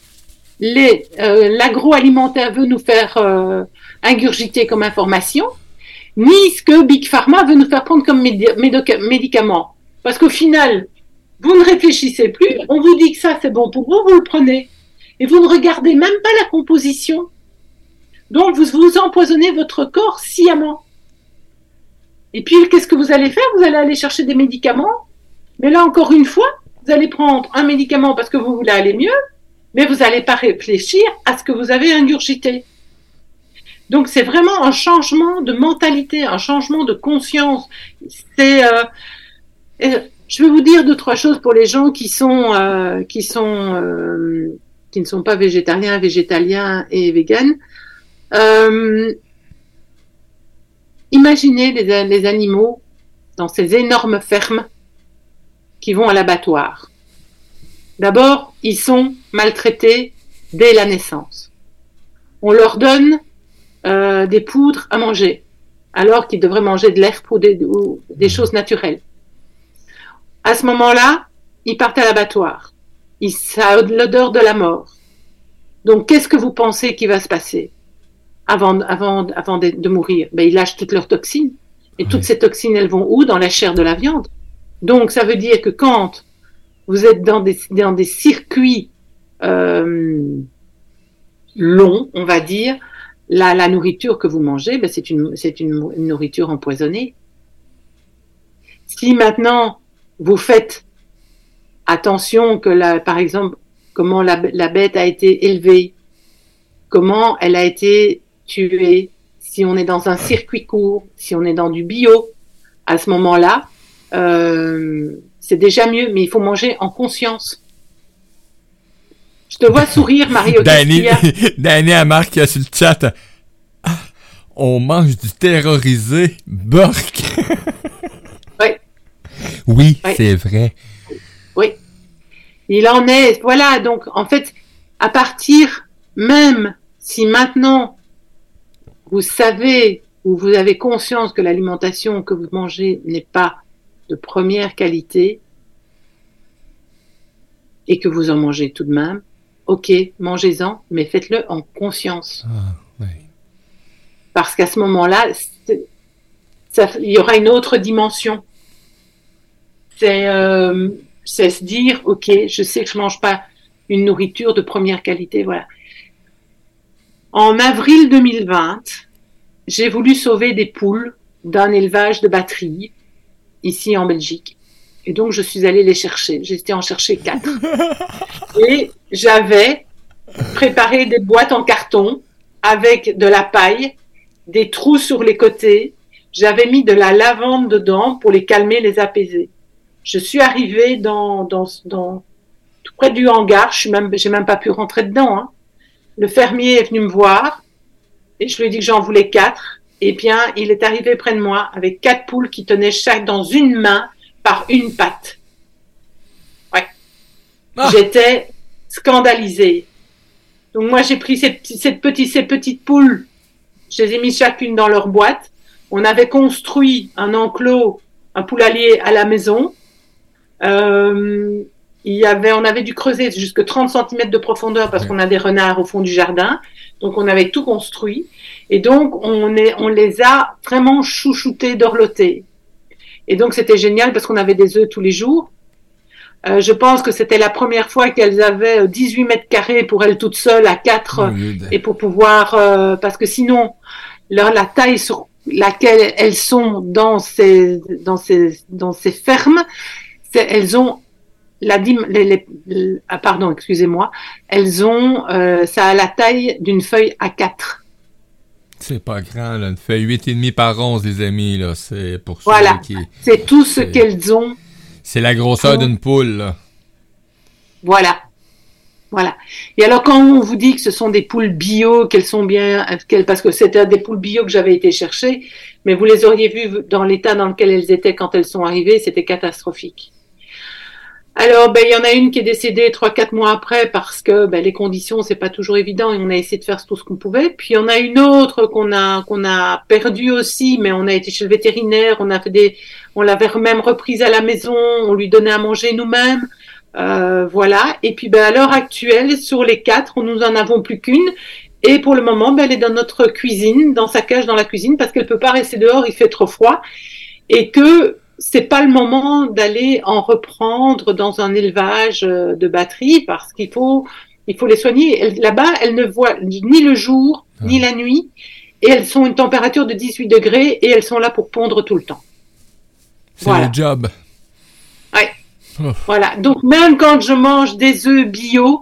Speaker 2: les, euh, l'agroalimentaire veut nous faire euh, ingurgiter comme information, ni ce que Big Pharma veut nous faire prendre comme médi- médoc- médicament. Parce qu'au final, vous ne réfléchissez plus, on vous dit que ça c'est bon pour vous, vous le prenez. Et vous ne regardez même pas la composition. Donc vous vous empoisonnez votre corps sciemment. Et puis qu'est-ce que vous allez faire? Vous allez aller chercher des médicaments, mais là encore une fois, vous allez prendre un médicament parce que vous voulez aller mieux, mais vous n'allez pas réfléchir à ce que vous avez ingurgité. Donc c'est vraiment un changement de mentalité, un changement de conscience. C'est, euh, je vais vous dire deux trois choses pour les gens qui sont euh, qui sont euh, qui ne sont pas végétariens, végétaliens et véganes. Euh, imaginez les, les animaux dans ces énormes fermes qui vont à l'abattoir. D'abord, ils sont maltraités dès la naissance. On leur donne euh, des poudres à manger, alors qu'ils devraient manger de l'herbe ou des, ou des choses naturelles. À ce moment-là, ils partent à l'abattoir. Ils, ça a l'odeur de la mort. Donc, qu'est-ce que vous pensez qui va se passer avant, avant, avant de, de mourir? Ben, ils lâchent toutes leurs toxines. Et toutes ces toxines, elles vont où? Dans la chair de la viande. Donc, ça veut dire que quand vous êtes dans des, dans des circuits euh, long, on va dire, la, la nourriture que vous mangez, ben c'est, une, c'est une, une nourriture empoisonnée. Si maintenant vous faites attention que, la, par exemple, comment la, la bête a été élevée, comment elle a été tuée, si on est dans un circuit court, si on est dans du bio, à ce moment-là, euh, c'est déjà mieux, mais il faut manger en conscience. Je te vois sourire, Mario.
Speaker 1: Danny, Danny a marqué sur le chat. Ah, on mange du terrorisé. Burk.
Speaker 2: Oui.
Speaker 1: Oui,
Speaker 2: oui,
Speaker 1: c'est vrai.
Speaker 2: Oui. Il en est. Voilà, donc en fait, à partir, même si maintenant vous savez ou vous avez conscience que l'alimentation que vous mangez n'est pas de première qualité et que vous en mangez tout de même, ok, mangez-en, mais faites-le en conscience.
Speaker 1: Ah, oui.
Speaker 2: Parce qu'à ce moment-là, ça, il y aura une autre dimension. C'est, euh, c'est se dire, ok, je sais que je mange pas une nourriture de première qualité, voilà. En avril deux mille vingt, j'ai voulu sauver des poules d'un élevage de batteries ici en Belgique. Et donc, je suis allée les chercher. J'étais en chercher quatre. Et j'avais préparé des boîtes en carton avec de la paille, des trous sur les côtés. J'avais mis de la lavande dedans pour les calmer, les apaiser. Je suis arrivée dans, dans, dans, tout près du hangar. Je suis même, j'ai même pas pu rentrer dedans, hein. Le fermier est venu me voir et je lui ai dit que j'en voulais quatre. Et bien, il est arrivé près de moi avec quatre poules qui tenaient chaque dans une main par une patte. Ouais. Ah. J'étais scandalisée. Donc moi, j'ai pris cette, cette petite, ces petites poules, je les ai mis chacune dans leur boîte. On avait construit un enclos, un poulailler à la maison. Euh, il y avait, on avait dû creuser jusque trente centimètres de profondeur parce qu'on a des renards au fond du jardin. Donc, on avait tout construit. Et donc, on, est, on les a vraiment chouchoutés, dorlotés. Et donc, c'était génial parce qu'on avait des œufs tous les jours. Euh, je pense que c'était la première fois qu'elles avaient dix-huit mètres carrés pour elles toutes seules à quatre. Oh, et pour pouvoir, euh, parce que sinon, leur, la taille sur laquelle elles sont dans ces, dans ces, dans ces fermes, c'est, elles ont la dim, les, les, les, ah pardon, excusez-moi, elles ont, euh, ça a la taille d'une feuille A quatre.
Speaker 1: C'est pas grand, là, une feuille huit virgule cinq par onze, les amis, là, c'est pour ceux
Speaker 2: voilà.
Speaker 1: qui...
Speaker 2: C'est tout ce c'est, qu'elles ont.
Speaker 1: C'est la grosseur pour... d'une poule, là.
Speaker 2: Voilà. Voilà. Et alors, quand on vous dit que ce sont des poules bio, qu'elles sont bien, qu'elles, parce que c'était des poules bio que j'avais été chercher, mais vous les auriez vues dans l'état dans lequel elles étaient quand elles sont arrivées, c'était catastrophique. Alors, ben, il y en a une qui est décédée trois, quatre mois après parce que, ben, les conditions, c'est pas toujours évident et on a essayé de faire tout ce qu'on pouvait. Puis, il y en a une autre qu'on a, qu'on a perdue aussi, mais on a été chez le vétérinaire, on a fait des, on l'avait même reprise à la maison, on lui donnait à manger nous-mêmes, euh, voilà. Et puis, ben, à l'heure actuelle, sur les quatre, nous en avons plus qu'une. Et pour le moment, ben, elle est dans notre cuisine, dans sa cage dans la cuisine parce qu'elle peut pas rester dehors, il fait trop froid. Et que, c'est pas le moment d'aller en reprendre dans un élevage de batterie parce qu'il faut, il faut les soigner. Elle, là-bas, elles ne voient ni le jour, ah. ni la nuit, et elles sont une température de dix-huit degrés et elles sont là pour pondre tout le temps.
Speaker 1: C'est voilà. Le job.
Speaker 2: Ouais. Oh. Voilà. Donc, même quand je mange des œufs bio,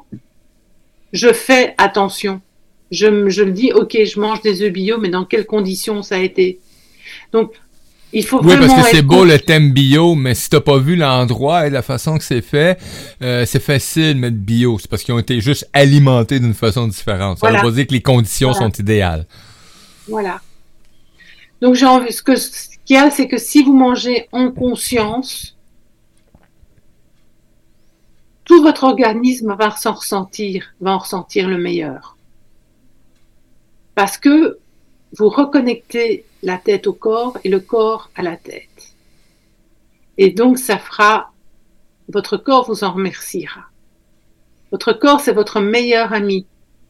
Speaker 2: je fais attention. Je, je le dis, ok, je mange des œufs bio, mais dans quelles conditions ça a été? Donc, il faut
Speaker 1: oui,
Speaker 2: vraiment
Speaker 1: parce que c'est beau
Speaker 2: compte...
Speaker 1: le thème bio, mais si t'as pas vu l'endroit et la façon que c'est fait, euh, c'est facile de mettre bio. C'est parce qu'ils ont été juste alimentés d'une façon différente. Ça voilà. veut pas dire que les conditions voilà. sont idéales.
Speaker 2: Voilà. Donc, j'ai envie, ce que, ce qu'il y a, c'est que si vous mangez en conscience, tout votre organisme va s'en ressentir, va en ressentir le meilleur. Parce que vous reconnectez la tête au corps et le corps à la tête. Et donc, ça fera, votre corps vous en remerciera. Votre corps, c'est votre meilleur ami.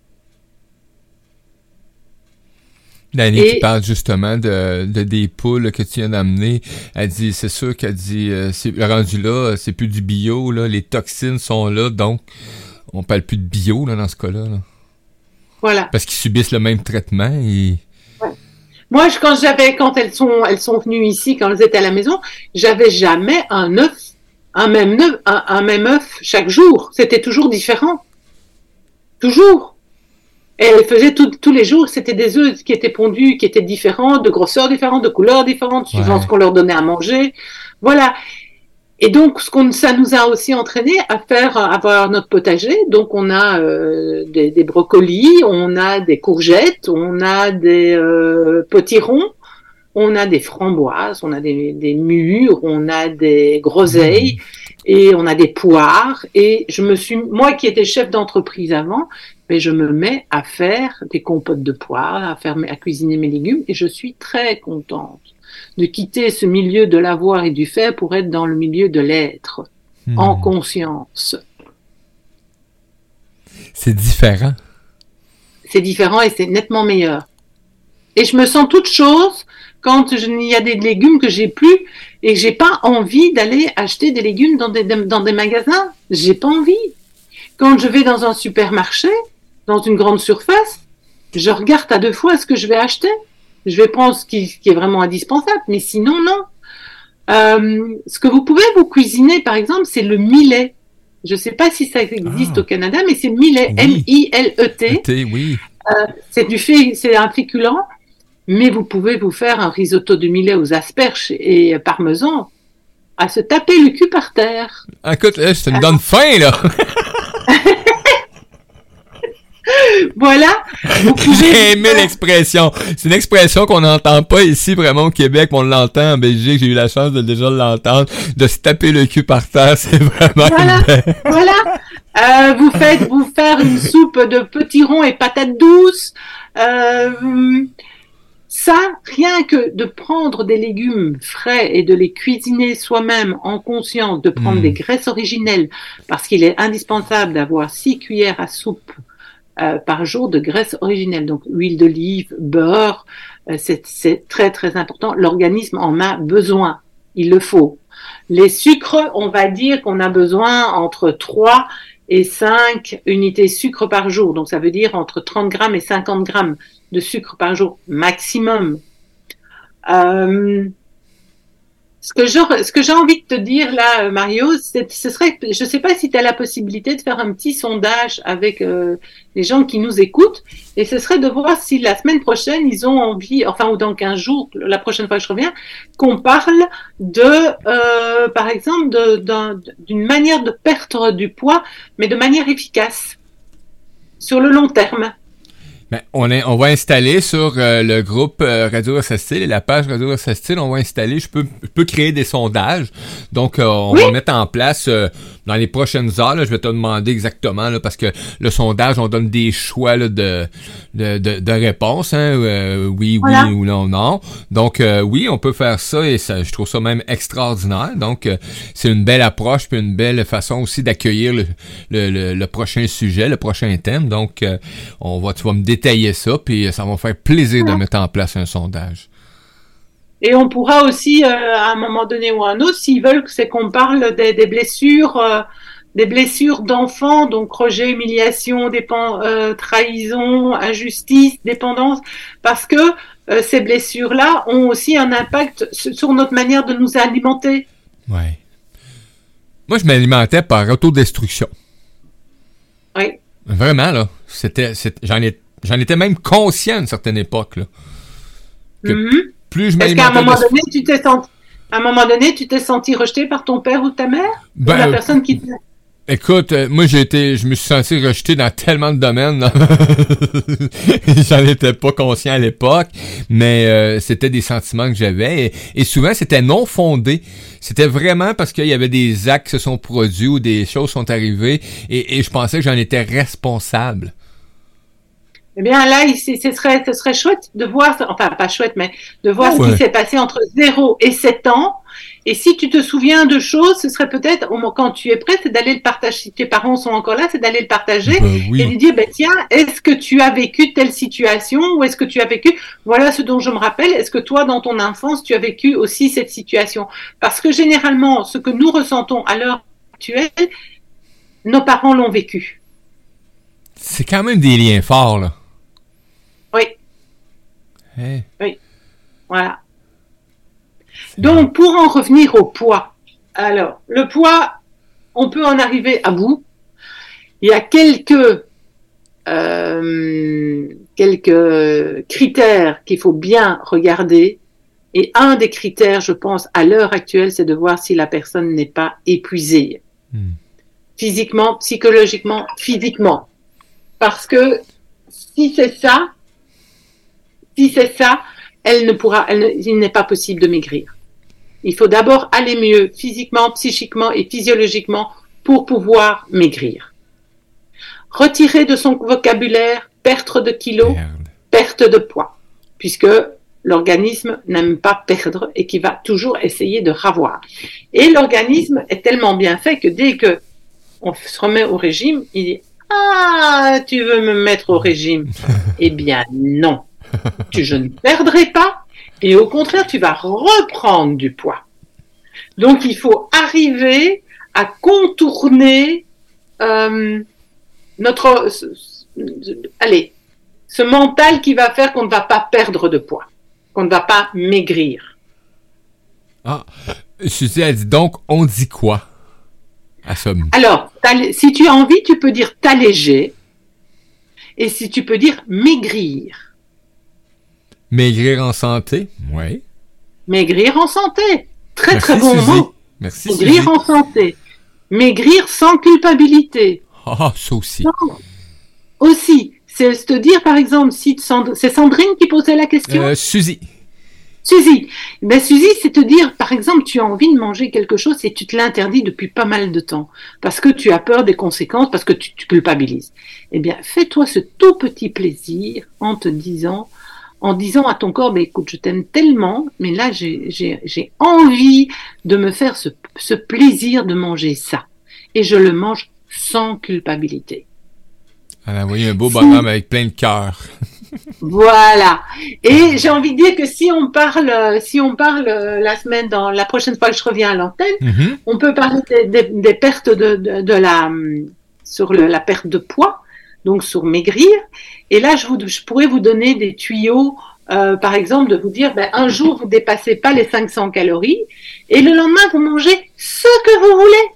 Speaker 1: Dani, et... qui parle justement de, de des poules que tu viens d'amener. Elle dit, c'est sûr qu'elle dit, euh, c'est rendu là, c'est plus du bio, là, les toxines sont là, donc on parle plus de bio là, dans ce cas-là. Là.
Speaker 2: Voilà.
Speaker 1: Parce qu'ils subissent le même traitement. Et...
Speaker 2: Ouais. Moi, je, quand j'avais, quand elles sont, elles sont venues ici, quand elles étaient à la maison, j'avais jamais un œuf, un même œuf, un, un même œuf chaque jour. C'était toujours différent. Toujours. Et elles faisaient tout, tous les jours, c'était des œufs qui étaient pondus, qui étaient différents, de grosseurs différentes, de couleurs différentes, suivant ouais. ce qu'on leur donnait à manger. Voilà. Et donc, ce qu'on, ça nous a aussi entraîné à faire, à avoir notre potager. Donc, on a euh, des, des brocolis, on a des courgettes, on a des euh, potirons, on a des framboises, on a des, des mûres, on a des groseilles et on a des poires. Et je me suis, moi qui étais chef d'entreprise avant, mais je me mets à faire des compotes de poires, à faire, à cuisiner mes légumes et je suis très contente de quitter ce milieu de l'avoir et du faire pour être dans le milieu de l'être, mmh. en conscience.
Speaker 1: C'est différent.
Speaker 2: C'est différent et c'est nettement meilleur. Et je me sens toute chose quand il y a des légumes que j'ai plus et que j'ai pas envie d'aller acheter des légumes dans des, dans des magasins. J'ai pas envie. Quand je vais dans un supermarché, dans une grande surface, je regarde à deux fois ce que je vais acheter. Je vais prendre ce qui, ce qui est vraiment indispensable, mais sinon, non. Euh, ce que vous pouvez vous cuisiner, par exemple, c'est le millet. Je ne sais pas si ça existe ah. au Canada, mais c'est millet, oui. M I L E T.
Speaker 1: E T, oui.
Speaker 2: Euh, c'est du fait, c'est un féculent, mais vous pouvez vous faire un risotto de millet aux asperges et parmesan à se taper le cul par terre.
Speaker 1: Écoute, là, ça me donne faim, là.
Speaker 2: Voilà. Vous pouvez...
Speaker 1: J'ai aimé l'expression. C'est une expression qu'on n'entend pas ici vraiment au Québec, mais on l'entend en Belgique. J'ai eu la chance de déjà l'entendre. De se taper le cul par terre, c'est vraiment.
Speaker 2: Voilà.
Speaker 1: Une...
Speaker 2: voilà. Euh, vous faites vous faire une soupe de petits ronds et patates douces. Euh, ça, rien que de prendre des légumes frais et de les cuisiner soi-même en conscience, de prendre mmh. des graisses originelles, parce qu'il est indispensable d'avoir six cuillères à soupe Euh, par jour de graisse originelle, donc huile d'olive, beurre, euh, c'est, c'est très très important. L'organisme en a besoin, il le faut. Les sucres, on va dire qu'on a besoin entre trois et cinq unités sucre par jour, donc ça veut dire entre trente grammes et cinquante grammes de sucre par jour maximum. Euh, Ce que, je, ce que j'ai envie de te dire là, Mario, c'est, ce serait, je ne sais pas si tu as la possibilité de faire un petit sondage avec euh, les gens qui nous écoutent, et ce serait de voir si la semaine prochaine, ils ont envie, enfin, ou dans quinze jours, la prochaine fois que je reviens, qu'on parle de, euh, par exemple, de, d'un, d'une manière de perdre du poids, mais de manière efficace, sur le long terme.
Speaker 1: Ben, on, est, on va installer sur euh, le groupe euh, Radio S S T et la page Radio S S T, on va installer, je peux, je peux créer des sondages. Donc, euh, on oui. va mettre en place euh, dans les prochaines heures, là, je vais te demander exactement, là, parce que le sondage, on donne des choix là, de, de, de, de réponses, hein, euh, oui, voilà. oui ou non, non. Donc, euh, oui, on peut faire ça et ça, je trouve ça même extraordinaire. Donc, euh, c'est une belle approche puis une belle façon aussi d'accueillir le, le, le, le prochain sujet, le prochain thème. Donc, euh, on va, tu vas me détailler ça, puis ça va me faire plaisir de mettre en place un sondage.
Speaker 2: Et on pourra aussi, euh, à un moment donné ou à un autre, s'ils veulent, c'est qu'on parle des, des blessures, euh, des blessures d'enfants, donc rejet, humiliation, dépen- euh, trahison, injustice, dépendance, parce que euh, ces blessures-là ont aussi un impact sur notre manière de nous alimenter.
Speaker 1: Ouais. Moi, je m'alimentais par autodestruction.
Speaker 2: Oui.
Speaker 1: Vraiment, là. C'était, c'était j'en ai J'en étais même conscient à une certaine époque, là. Que
Speaker 2: mm-hmm.
Speaker 1: plus je
Speaker 2: Est-ce qu'à un moment de... donné, tu t'es senti, à un moment donné, tu t'es senti rejeté par ton père ou ta mère?
Speaker 1: Ben,
Speaker 2: ou la personne qui te...
Speaker 1: Écoute, euh, moi j'ai été, je me suis senti rejeté dans tellement de domaines. J'en étais pas conscient à l'époque, mais euh, c'était des sentiments que j'avais et, et souvent c'était non fondé. C'était vraiment parce qu'il y avait des actes qui se sont produits ou des choses sont arrivées et, et je pensais que j'en étais responsable.
Speaker 2: Eh bien là, ici, ce serait, ce serait chouette de voir, enfin pas chouette, mais de voir oh, ce ouais. qui s'est passé entre zéro et sept ans. Et si tu te souviens de choses, ce serait peut-être, quand tu es prêt, c'est d'aller le partager. Si tes parents sont encore là, c'est d'aller le partager ben, oui. et lui dire, ben tiens, est-ce que tu as vécu telle situation ou est-ce que tu as vécu, voilà ce dont je me rappelle, est-ce que toi, dans ton enfance, tu as vécu aussi cette situation? Parce que généralement, ce que nous ressentons à l'heure actuelle, nos parents l'ont vécu.
Speaker 1: C'est quand même des liens forts, là.
Speaker 2: Oui.
Speaker 1: Hey.
Speaker 2: Oui. Voilà. Donc, pour en revenir au poids. Alors, le poids, on peut en arriver à bout. Il y a quelques, euh, quelques critères qu'il faut bien regarder. Et un des critères, je pense, à l'heure actuelle, c'est de voir si la personne n'est pas épuisée. Hmm. Physiquement, psychologiquement, physiquement. Parce que si c'est ça, si c'est ça, elle ne pourra, elle ne, il n'est pas possible de maigrir. Il faut d'abord aller mieux physiquement, psychiquement et physiologiquement pour pouvoir maigrir. Retirer de son vocabulaire perte de kilos, Merde. perte de poids, puisque l'organisme n'aime pas perdre et qui va toujours essayer de ravoir. Et l'organisme est tellement bien fait que dès que on se remet au régime, il dit « Ah, tu veux me mettre au régime ?» Eh bien non, tu, je ne perdrai pas et au contraire, tu vas reprendre du poids. Donc, il faut arriver à contourner euh, notre... Ce, ce, allez, ce mental qui va faire qu'on ne va pas perdre de poids, qu'on ne va pas maigrir.
Speaker 1: Ah, Suzy a dit donc, on dit quoi à somme?
Speaker 2: Alors, si tu as envie, tu peux dire t'alléger et si tu peux dire maigrir.
Speaker 1: Maigrir en santé? Oui.
Speaker 2: Maigrir en santé. Très,
Speaker 1: Merci,
Speaker 2: très bon
Speaker 1: Suzy.
Speaker 2: mot.
Speaker 1: Merci,
Speaker 2: Maigrir
Speaker 1: Suzy.
Speaker 2: en santé. Maigrir sans culpabilité.
Speaker 1: Ah, ça aussi.
Speaker 2: Non. Aussi, c'est se dire, par exemple, si Sand... c'est Sandrine qui posait la question?
Speaker 1: Euh, Suzy.
Speaker 2: Suzy. Ben, Suzy, c'est te dire, par exemple, tu as envie de manger quelque chose et tu te l'interdis depuis pas mal de temps parce que tu as peur des conséquences, parce que tu, tu culpabilises. Eh bien, fais-toi ce tout petit plaisir en te disant, en disant à ton corps, ben, écoute, je t'aime tellement, mais là, j'ai, j'ai, j'ai envie de me faire ce, ce plaisir de manger ça. Et je le mange sans culpabilité.
Speaker 1: Elle a envoyé un beau bonhomme avec plein de cœur.
Speaker 2: Voilà. Et j'ai envie de dire que si on parle, si on parle la semaine, dans la prochaine fois que je reviens à l'antenne, mm-hmm. on peut parler des, des, des pertes de, de, de la, sur le, la perte de poids, donc sur maigrir. Et là, je, vous, je pourrais vous donner des tuyaux, euh, par exemple, de vous dire, ben, un jour, vous dépassez pas les cinq cents calories, et le lendemain, vous mangez ce que vous voulez.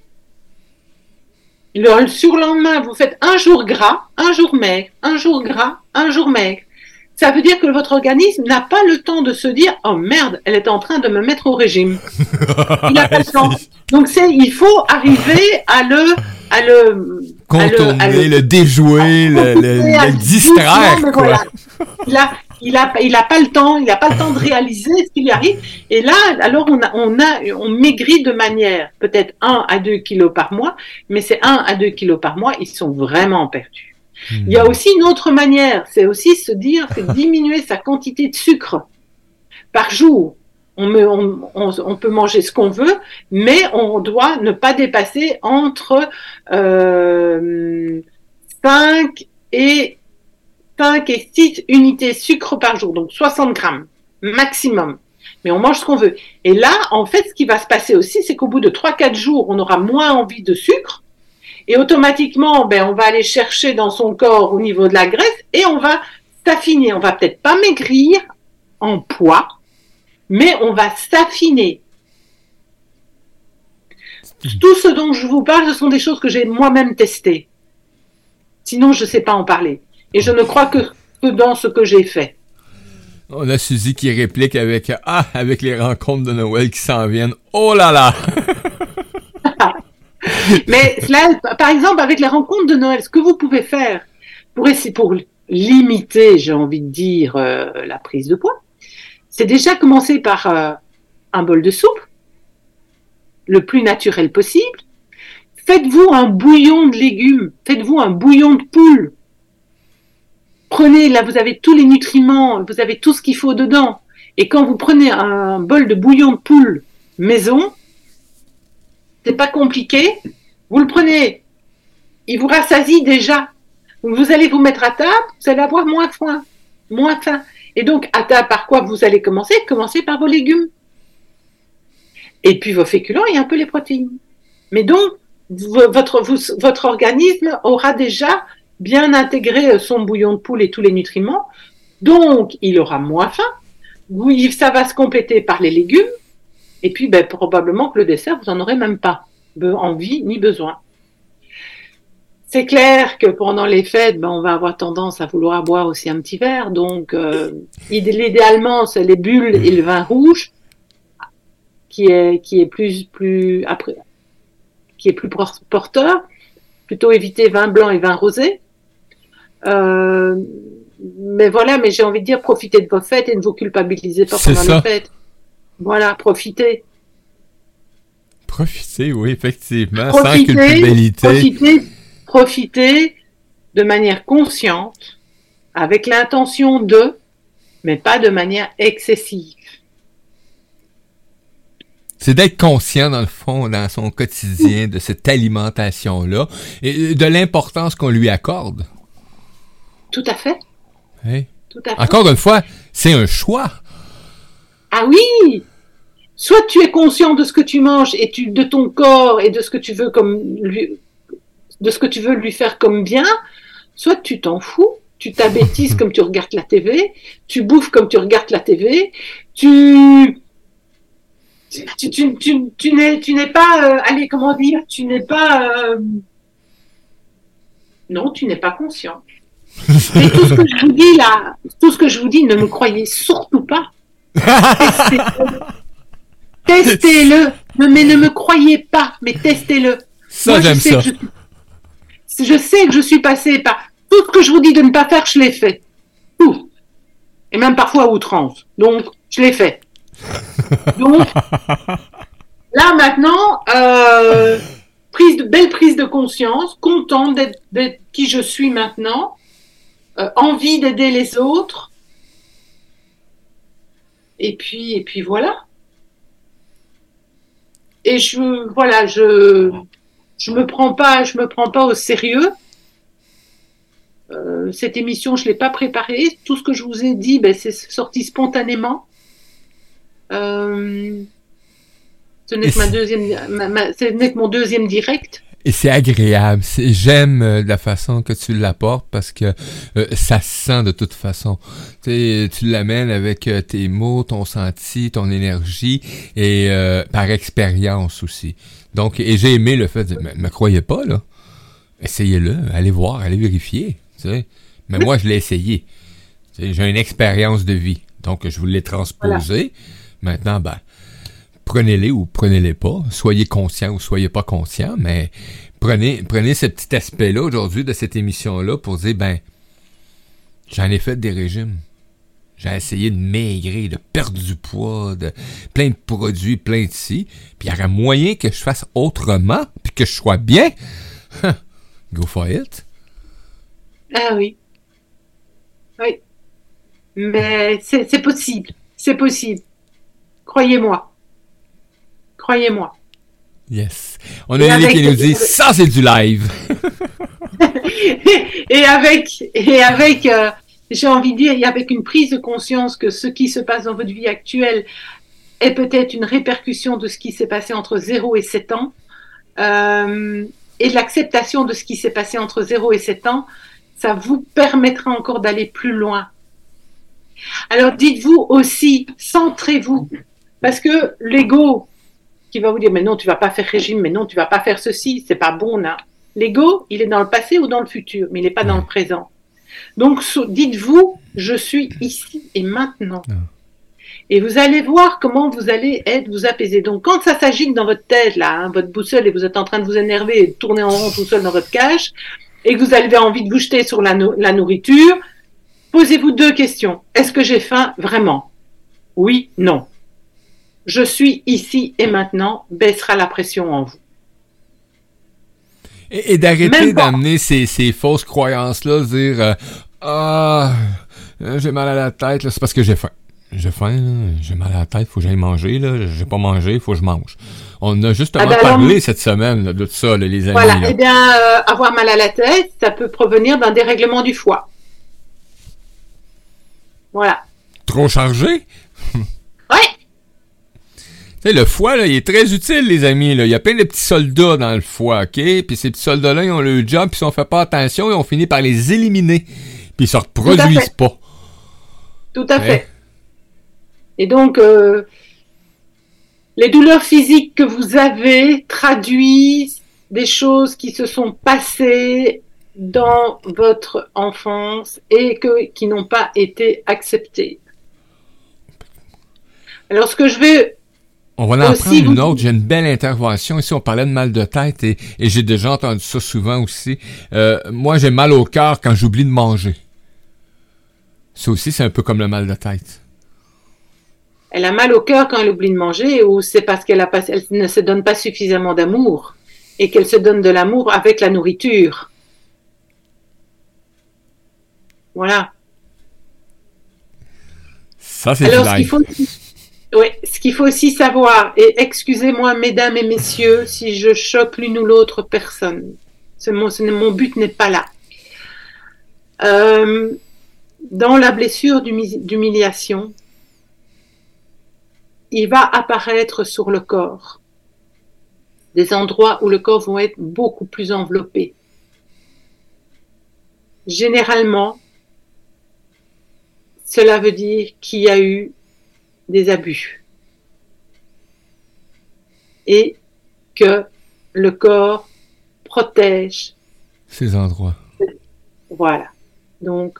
Speaker 2: Le surlendemain, vous faites un jour gras, un jour maigre, un jour gras, un jour maigre. Ça veut dire que votre organisme n'a pas le temps de se dire « Oh merde, elle est en train de me mettre au régime. » Il n'a pas le temps. Donc, c'est, il faut arriver à le... À le
Speaker 1: contourner, à le, à le, le déjouer, le, le, le distraire. Quoi. Voilà.
Speaker 2: Il a, il a, il a pas le temps, il n'a pas le temps de réaliser ce qui lui arrive. Et là, alors on a, on a, on maigrit de manière peut-être un à deux kilos par mois, mais ces un à deux kilos par mois, ils sont vraiment perdus. Mmh. Il y a aussi une autre manière, c'est aussi se dire, c'est diminuer sa quantité de sucre par jour. On, me, on, on, on peut manger ce qu'on veut, mais on doit ne pas dépasser entre euh, cinq et six unités sucre par jour, donc soixante grammes maximum. Mais on mange ce qu'on veut. Et là, en fait, ce qui va se passer aussi, c'est qu'au bout de trois à quatre jours, on aura moins envie de sucre. Et automatiquement, ben, on va aller chercher dans son corps au niveau de la graisse et on va s'affiner. On va peut-être pas maigrir en poids, mais on va s'affiner. Tout ce dont je vous parle, ce sont des choses que j'ai moi-même testées. Sinon, je ne sais pas en parler. Et je ne crois que, que dans ce que j'ai fait.
Speaker 1: On a Suzy qui réplique avec « Ah, avec les rencontres de Noël qui s'en viennent. Oh là là! »
Speaker 2: Mais là, par exemple, avec les rencontres de Noël, ce que vous pouvez faire pour essayer, pour limiter, j'ai envie de dire, euh, la prise de poids, c'est déjà commencer par euh, un bol de soupe, le plus naturel possible. Faites-vous un bouillon de légumes, faites-vous un bouillon de poule. Prenez, là, vous avez tous les nutriments, vous avez tout ce qu'il faut dedans. Et quand vous prenez un bol de bouillon de poule maison, c'est pas compliqué. Vous le prenez, il vous rassasie déjà. Donc vous allez vous mettre à table, vous allez avoir moins faim, moins faim. Et donc, à table, par quoi vous allez commencer? Commencez par vos légumes. Et puis vos féculents et un peu les protéines. Mais donc, votre, vous, votre organisme aura déjà bien intégrer son bouillon de poule et tous les nutriments. Donc, il aura moins faim. Oui, ça va se compléter par les légumes. Et puis, ben, probablement que le dessert, vous n'en aurez même pas envie ni besoin. C'est clair que pendant les fêtes, ben, on va avoir tendance à vouloir boire aussi un petit verre. Donc, euh, idéalement, c'est les bulles et le vin rouge qui est, qui est plus, plus, après, qui est plus porteur. Plutôt éviter vin blanc et vin rosé. Euh, mais voilà, mais j'ai envie de dire, profitez de vos fêtes et ne vous culpabilisez pas pendant les fêtes. Voilà, profitez.
Speaker 1: Profitez, oui, effectivement,
Speaker 2: profitez,
Speaker 1: sans culpabilité.
Speaker 2: Profitez, profitez de manière consciente, avec l'intention de, mais pas de manière excessive.
Speaker 1: C'est d'être conscient, dans le fond, dans son quotidien, de cette alimentation-là et de l'importance qu'on lui accorde.
Speaker 2: Tout à fait.
Speaker 1: Hey.
Speaker 2: Tout à fait.
Speaker 1: Encore une fois, c'est un choix.
Speaker 2: Ah oui! Soit tu es conscient de ce que tu manges et tu, de ton corps et de ce que tu veux comme lui, de ce que tu veux lui faire comme bien, soit tu t'en fous, tu t'abêtises comme tu regardes la T V, tu bouffes comme tu regardes la T V, tu Tu, tu, tu, tu n'es, tu n'es pas, euh, allez, comment dire, tu n'es pas, euh, non, tu n'es pas conscient. Et tout ce que je vous dis là, tout ce que je vous dis, ne me croyez surtout pas. Testez-le. Testez-le. Mais ne me croyez pas, mais testez-le.
Speaker 1: Ça,
Speaker 2: Moi,
Speaker 1: j'aime
Speaker 2: je sais
Speaker 1: ça.
Speaker 2: Que je, je sais que je suis passée par tout ce que je vous dis de ne pas faire, je l'ai fait. Tout. Et même parfois à outrance. Donc, je l'ai fait. Donc, là maintenant, euh, prise de, belle prise de conscience, contente d'être, d'être qui je suis maintenant, euh, envie d'aider les autres, et puis, et puis voilà. Et je, voilà, je, je me prends pas, je me prends pas au sérieux. Euh, cette émission, je l'ai pas préparée. Tout ce que je vous ai dit, ben, c'est sorti spontanément. Euh, ce n'est que ma deuxième, ma, ma, ce n'est que mon deuxième direct.
Speaker 1: Et c'est agréable. C'est, j'aime euh, la façon que tu l'apportes parce que euh, ça se sent de toute façon. Tu tu l'amènes avec euh, tes mots, ton senti, ton énergie et euh, par expérience aussi. Donc, et j'ai aimé le fait de me, me croyez pas là. Essayez-le, allez voir, allez vérifier. Tu sais. Mais moi, je l'ai essayé. Tu sais, j'ai une expérience de vie, donc je vous l'ai transposé. Voilà. Maintenant, ben, prenez-les ou prenez-les pas. Soyez conscient ou soyez pas conscient, mais prenez, prenez ce petit aspect-là aujourd'hui de cette émission-là pour dire, ben, j'en ai fait des régimes. J'ai essayé de maigrir, de perdre du poids, de plein de produits, plein de ci. Puis il y aurait moyen que je fasse autrement, puis que je sois bien. Go for it.
Speaker 2: Ah oui. Oui. Mais c'est, c'est possible. C'est possible. Croyez-moi. Croyez-moi.
Speaker 1: Yes. On a Nelly qui nous dit, ça c'est du live.
Speaker 2: et avec, et avec, euh, j'ai envie de dire, et avec une prise de conscience que ce qui se passe dans votre vie actuelle est peut-être une répercussion de ce qui s'est passé entre zéro et sept ans, euh, et l'acceptation de ce qui s'est passé entre zéro et sept ans, ça vous permettra encore d'aller plus loin. Alors dites-vous aussi, centrez-vous, parce que l'ego qui va vous dire, mais non, tu vas pas faire régime, mais non, tu vas pas faire ceci, c'est pas bon, là. L'ego, il est dans le passé ou dans le futur, mais il n'est pas dans le présent. Donc, dites-vous, je suis ici et maintenant. Et vous allez voir comment vous allez être, vous apaiser. Donc, quand ça s'agite dans votre tête, là, hein, votre boussole, et vous êtes en train de vous énerver et de tourner en rond tout seul dans votre cage, et que vous avez envie de vous jeter sur la, no- la nourriture, posez-vous deux questions. Est-ce que j'ai faim vraiment ? Oui, non. Je suis ici et maintenant, baissera la pression en vous.
Speaker 1: Et, et d'arrêter d'amener ces, ces fausses croyances-là, dire euh, ah, j'ai mal à la tête, là, c'est parce que j'ai faim. J'ai faim, là, j'ai mal à la tête, faut que j'aille manger, là, j'ai pas mangé, faut que je mange. On a justement ah ben parlé alors, cette semaine là, de tout ça, là, les amis.
Speaker 2: Voilà,
Speaker 1: là.
Speaker 2: Eh bien, euh, avoir mal à la tête, ça peut provenir d'un dérèglement du foie. Voilà.
Speaker 1: Trop chargé?
Speaker 2: Ouais.
Speaker 1: Tu sais, le foie, là, il est très utile, les amis. Là. Il y a plein de petits soldats dans le foie, OK? Puis ces petits soldats-là, ils ont le job, puis si on fait pas attention, ils ont fini par les éliminer. Puis ils se reproduisent pas.
Speaker 2: Tout à ouais. fait. Et donc, euh, les douleurs physiques que vous avez traduisent des choses qui se sont passées dans votre enfance et que, qui n'ont pas été acceptées. Alors, ce que je vais...
Speaker 1: On va en prendre une autre. J'ai une belle intervention. Ici, on parlait de mal de tête et, et j'ai déjà entendu ça souvent aussi. Euh, moi, j'ai mal au cœur quand j'oublie de manger. Ça aussi, c'est un peu comme le mal de tête.
Speaker 2: Elle a mal au cœur quand elle oublie de manger ou c'est parce qu'elle a pas, elle ne se donne pas suffisamment d'amour et qu'elle se donne de l'amour avec la nourriture. Voilà.
Speaker 1: Ça, c'est
Speaker 2: Alors,
Speaker 1: du
Speaker 2: ce qu'il faut... Oui, ce qu'il faut aussi savoir, et excusez-moi mesdames et messieurs si je choque l'une ou l'autre personne, ce, mon, ce, mon but n'est pas là. Euh, dans la blessure d'humiliation, il va apparaître sur le corps des endroits où le corps va être beaucoup plus enveloppé. Généralement, cela veut dire qu'il y a eu des abus et que le corps protège
Speaker 1: ces endroits.
Speaker 2: Voilà. Donc,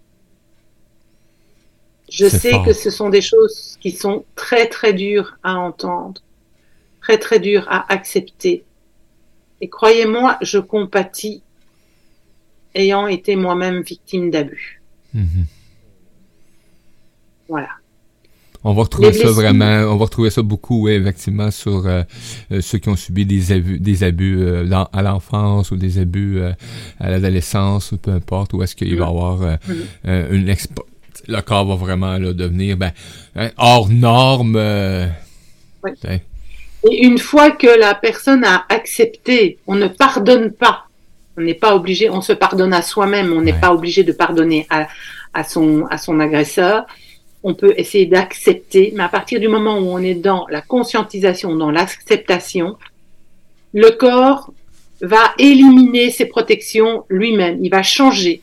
Speaker 2: je
Speaker 1: C'est
Speaker 2: sais
Speaker 1: fort.
Speaker 2: que ce sont des choses qui sont très très dures à entendre, très très dures à accepter. Et croyez-moi, je compatis ayant été moi-même victime d'abus.
Speaker 1: Mm-hmm.
Speaker 2: Voilà.
Speaker 1: On va retrouver ça vraiment, on va retrouver ça beaucoup, oui, effectivement, sur euh, euh, ceux qui ont subi des abus, des abus euh, dans, à l'enfance ou des abus euh, à l'adolescence, ou peu importe, où est-ce qu'il va y avoir euh, mm-hmm. euh, une expo- le corps va vraiment là, devenir ben, hein, hors norme. Euh,
Speaker 2: oui. Et une fois que la personne a accepté, on ne pardonne pas. On n'est pas obligé, on se pardonne à soi-même, on n'est ouais. pas obligé de pardonner à, à, son, à son agresseur. On peut essayer d'accepter, mais à partir du moment où on est dans la conscientisation, dans l'acceptation, le corps va éliminer ses protections lui-même. Il va changer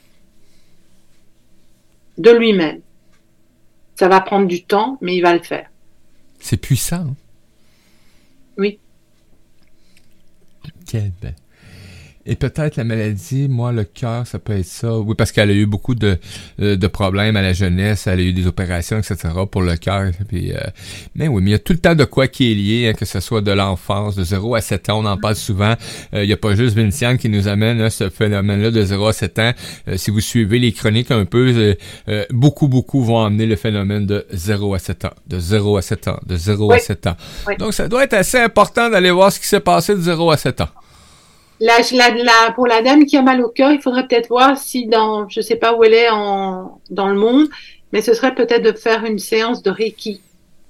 Speaker 2: de lui-même. Ça va prendre du temps, mais il va le faire.
Speaker 1: C'est puissant. Hein?
Speaker 2: Oui.
Speaker 1: Quelle belle. Et peut-être la maladie, moi, le cœur, ça peut être ça. Oui, parce qu'elle a eu beaucoup de, de problèmes à la jeunesse. Elle a eu des opérations, et cetera pour le cœur. Puis, euh, mais oui, mais il y a tout le temps de quoi qui est lié, hein, que ce soit de l'enfance, de zéro à sept ans, on en parle souvent. Euh, il n'y a pas juste Vinciane qui nous amène hein, ce phénomène-là de zéro à sept ans. Euh, si vous suivez les chroniques un peu, euh, euh, beaucoup, beaucoup vont emmener le phénomène de zéro à sept ans, de zéro à sept ans, de zéro oui. à sept ans. Oui. Donc, ça doit être assez important d'aller voir ce qui s'est passé de zéro à sept ans.
Speaker 2: La, la, la, pour la dame qui a mal au cœur, il faudrait peut-être voir si dans, je sais pas où elle est en, dans le monde, mais ce serait peut-être de faire une séance de Reiki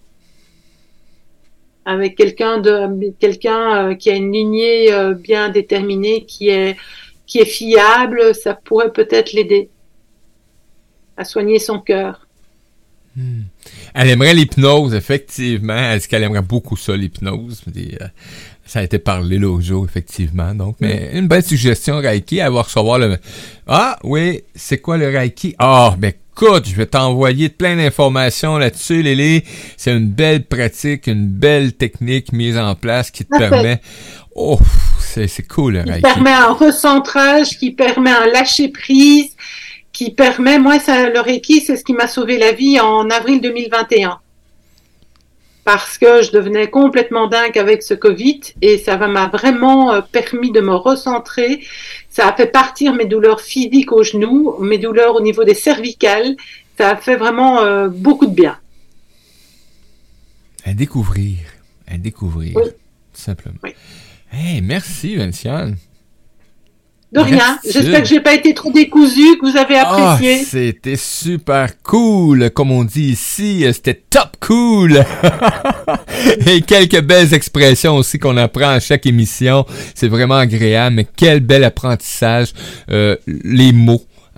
Speaker 2: avec quelqu'un de, quelqu'un qui a une lignée bien déterminée, qui est, qui est fiable. Ça pourrait peut-être l'aider à soigner son cœur.
Speaker 1: Hmm. Elle aimerait l'hypnose, effectivement. Elle dit qu'elle aimerait beaucoup ça, l'hypnose. Et, euh, ça a été parlé l'autre jour, effectivement. Donc, mais une belle suggestion, Reiki. Elle va recevoir le... Ah, oui, c'est quoi le Reiki? Ah, ben écoute, je vais t'envoyer plein d'informations là-dessus, Lily. C'est une belle pratique, une belle technique mise en place qui te Parfait. permet... Oh, c'est, c'est cool, le Reiki.
Speaker 2: Qui permet un recentrage, qui permet un lâcher-prise, qui permet... Moi, ça, le Reiki, c'est ce qui m'a sauvé la vie en avril deux mille vingt et un. Parce que je devenais complètement dingue avec ce Covid et ça m'a vraiment permis de me recentrer. Ça a fait partir mes douleurs physiques aux genoux, mes douleurs au niveau des cervicales. Ça a fait vraiment euh, beaucoup de bien.
Speaker 1: À découvrir. À découvrir.
Speaker 2: Oui.
Speaker 1: Simplement.
Speaker 2: Oui.
Speaker 1: Hey, merci, Vinciane.
Speaker 2: De rien. Merci. J'espère que j'ai pas été trop décousu, que vous avez apprécié.
Speaker 1: Oh, c'était super cool, comme on dit ici. C'était top cool. Et quelques belles expressions aussi qu'on apprend à chaque émission. C'est vraiment agréable, mais quel bel apprentissage. Euh, les mots.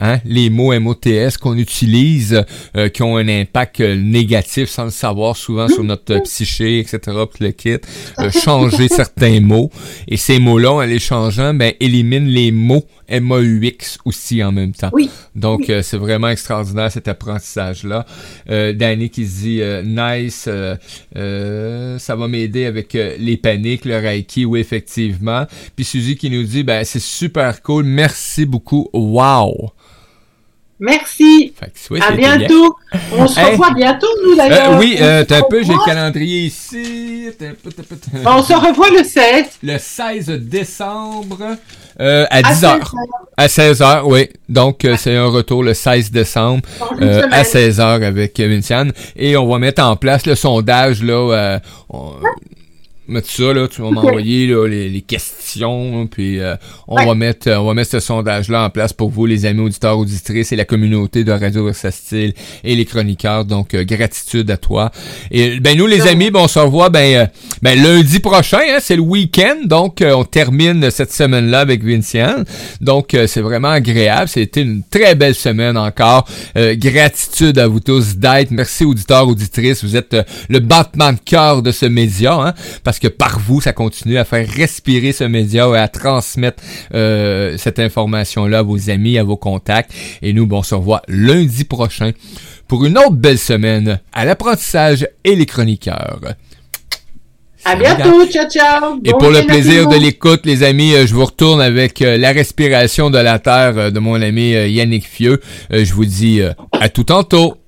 Speaker 1: hein, les mots M O T S qu'on utilise, euh, qui ont un impact euh, négatif sans le savoir souvent sur notre euh, psyché, et cetera, puis le kit, euh, changer certains mots. Et ces mots-là, en les changeant, ben, élimine les mots M A U X aussi en même temps.
Speaker 2: Oui.
Speaker 1: Donc,
Speaker 2: oui.
Speaker 1: Euh, c'est vraiment extraordinaire cet apprentissage-là. Euh, Danny qui se dit euh, nice, euh, euh, ça va m'aider avec euh, les paniques, le Reiki, oui, effectivement. Puis Suzy qui nous dit, ben, c'est super cool, merci beaucoup, wow!
Speaker 2: Merci.
Speaker 1: Fait que, ouais,
Speaker 2: à bientôt. Bien. On se revoit hey. bientôt, nous, d'ailleurs.
Speaker 1: Euh, oui, euh, t'as un peu, j'ai le calendrier ici. T'as un peu, t'as un peu, t'as...
Speaker 2: On se revoit le seize.
Speaker 1: Le seize décembre, euh, à, à dix heures. À seize heures, oui. Donc, euh, c'est un retour le seize décembre, euh, à seize heures avec Vinciane. Et on va mettre en place le sondage, là, euh, on... mettre ça, là, tu vas m'envoyer là, les, les questions, là, puis euh, on ouais. va mettre on va mettre ce sondage-là en place pour vous, les amis auditeurs, auditrices et la communauté de Radio Versatile et les chroniqueurs. Donc, euh, gratitude à toi. Et ben nous, les amis, ben, on se revoit ben, euh, ben lundi prochain, hein, c'est le week-end, donc euh, on termine cette semaine-là avec Vinciane. Donc, euh, c'est vraiment agréable. C'était une très belle semaine encore. Euh, gratitude à vous tous d'être. Merci auditeurs, auditrices. Vous êtes euh, le battement de cœur de ce média, hein, parce que par vous, ça continue à faire respirer ce média et à transmettre euh, cette information-là à vos amis, à vos contacts. Et nous, bon, on se revoit lundi prochain pour une autre belle semaine à l'apprentissage et les chroniqueurs.
Speaker 2: À bientôt, ciao, ciao.
Speaker 1: Et bon pour le plaisir de l'écoute, les amis, je vous retourne avec la respiration de la Terre de mon ami Yannick Fieux. Je vous dis à tout tantôt.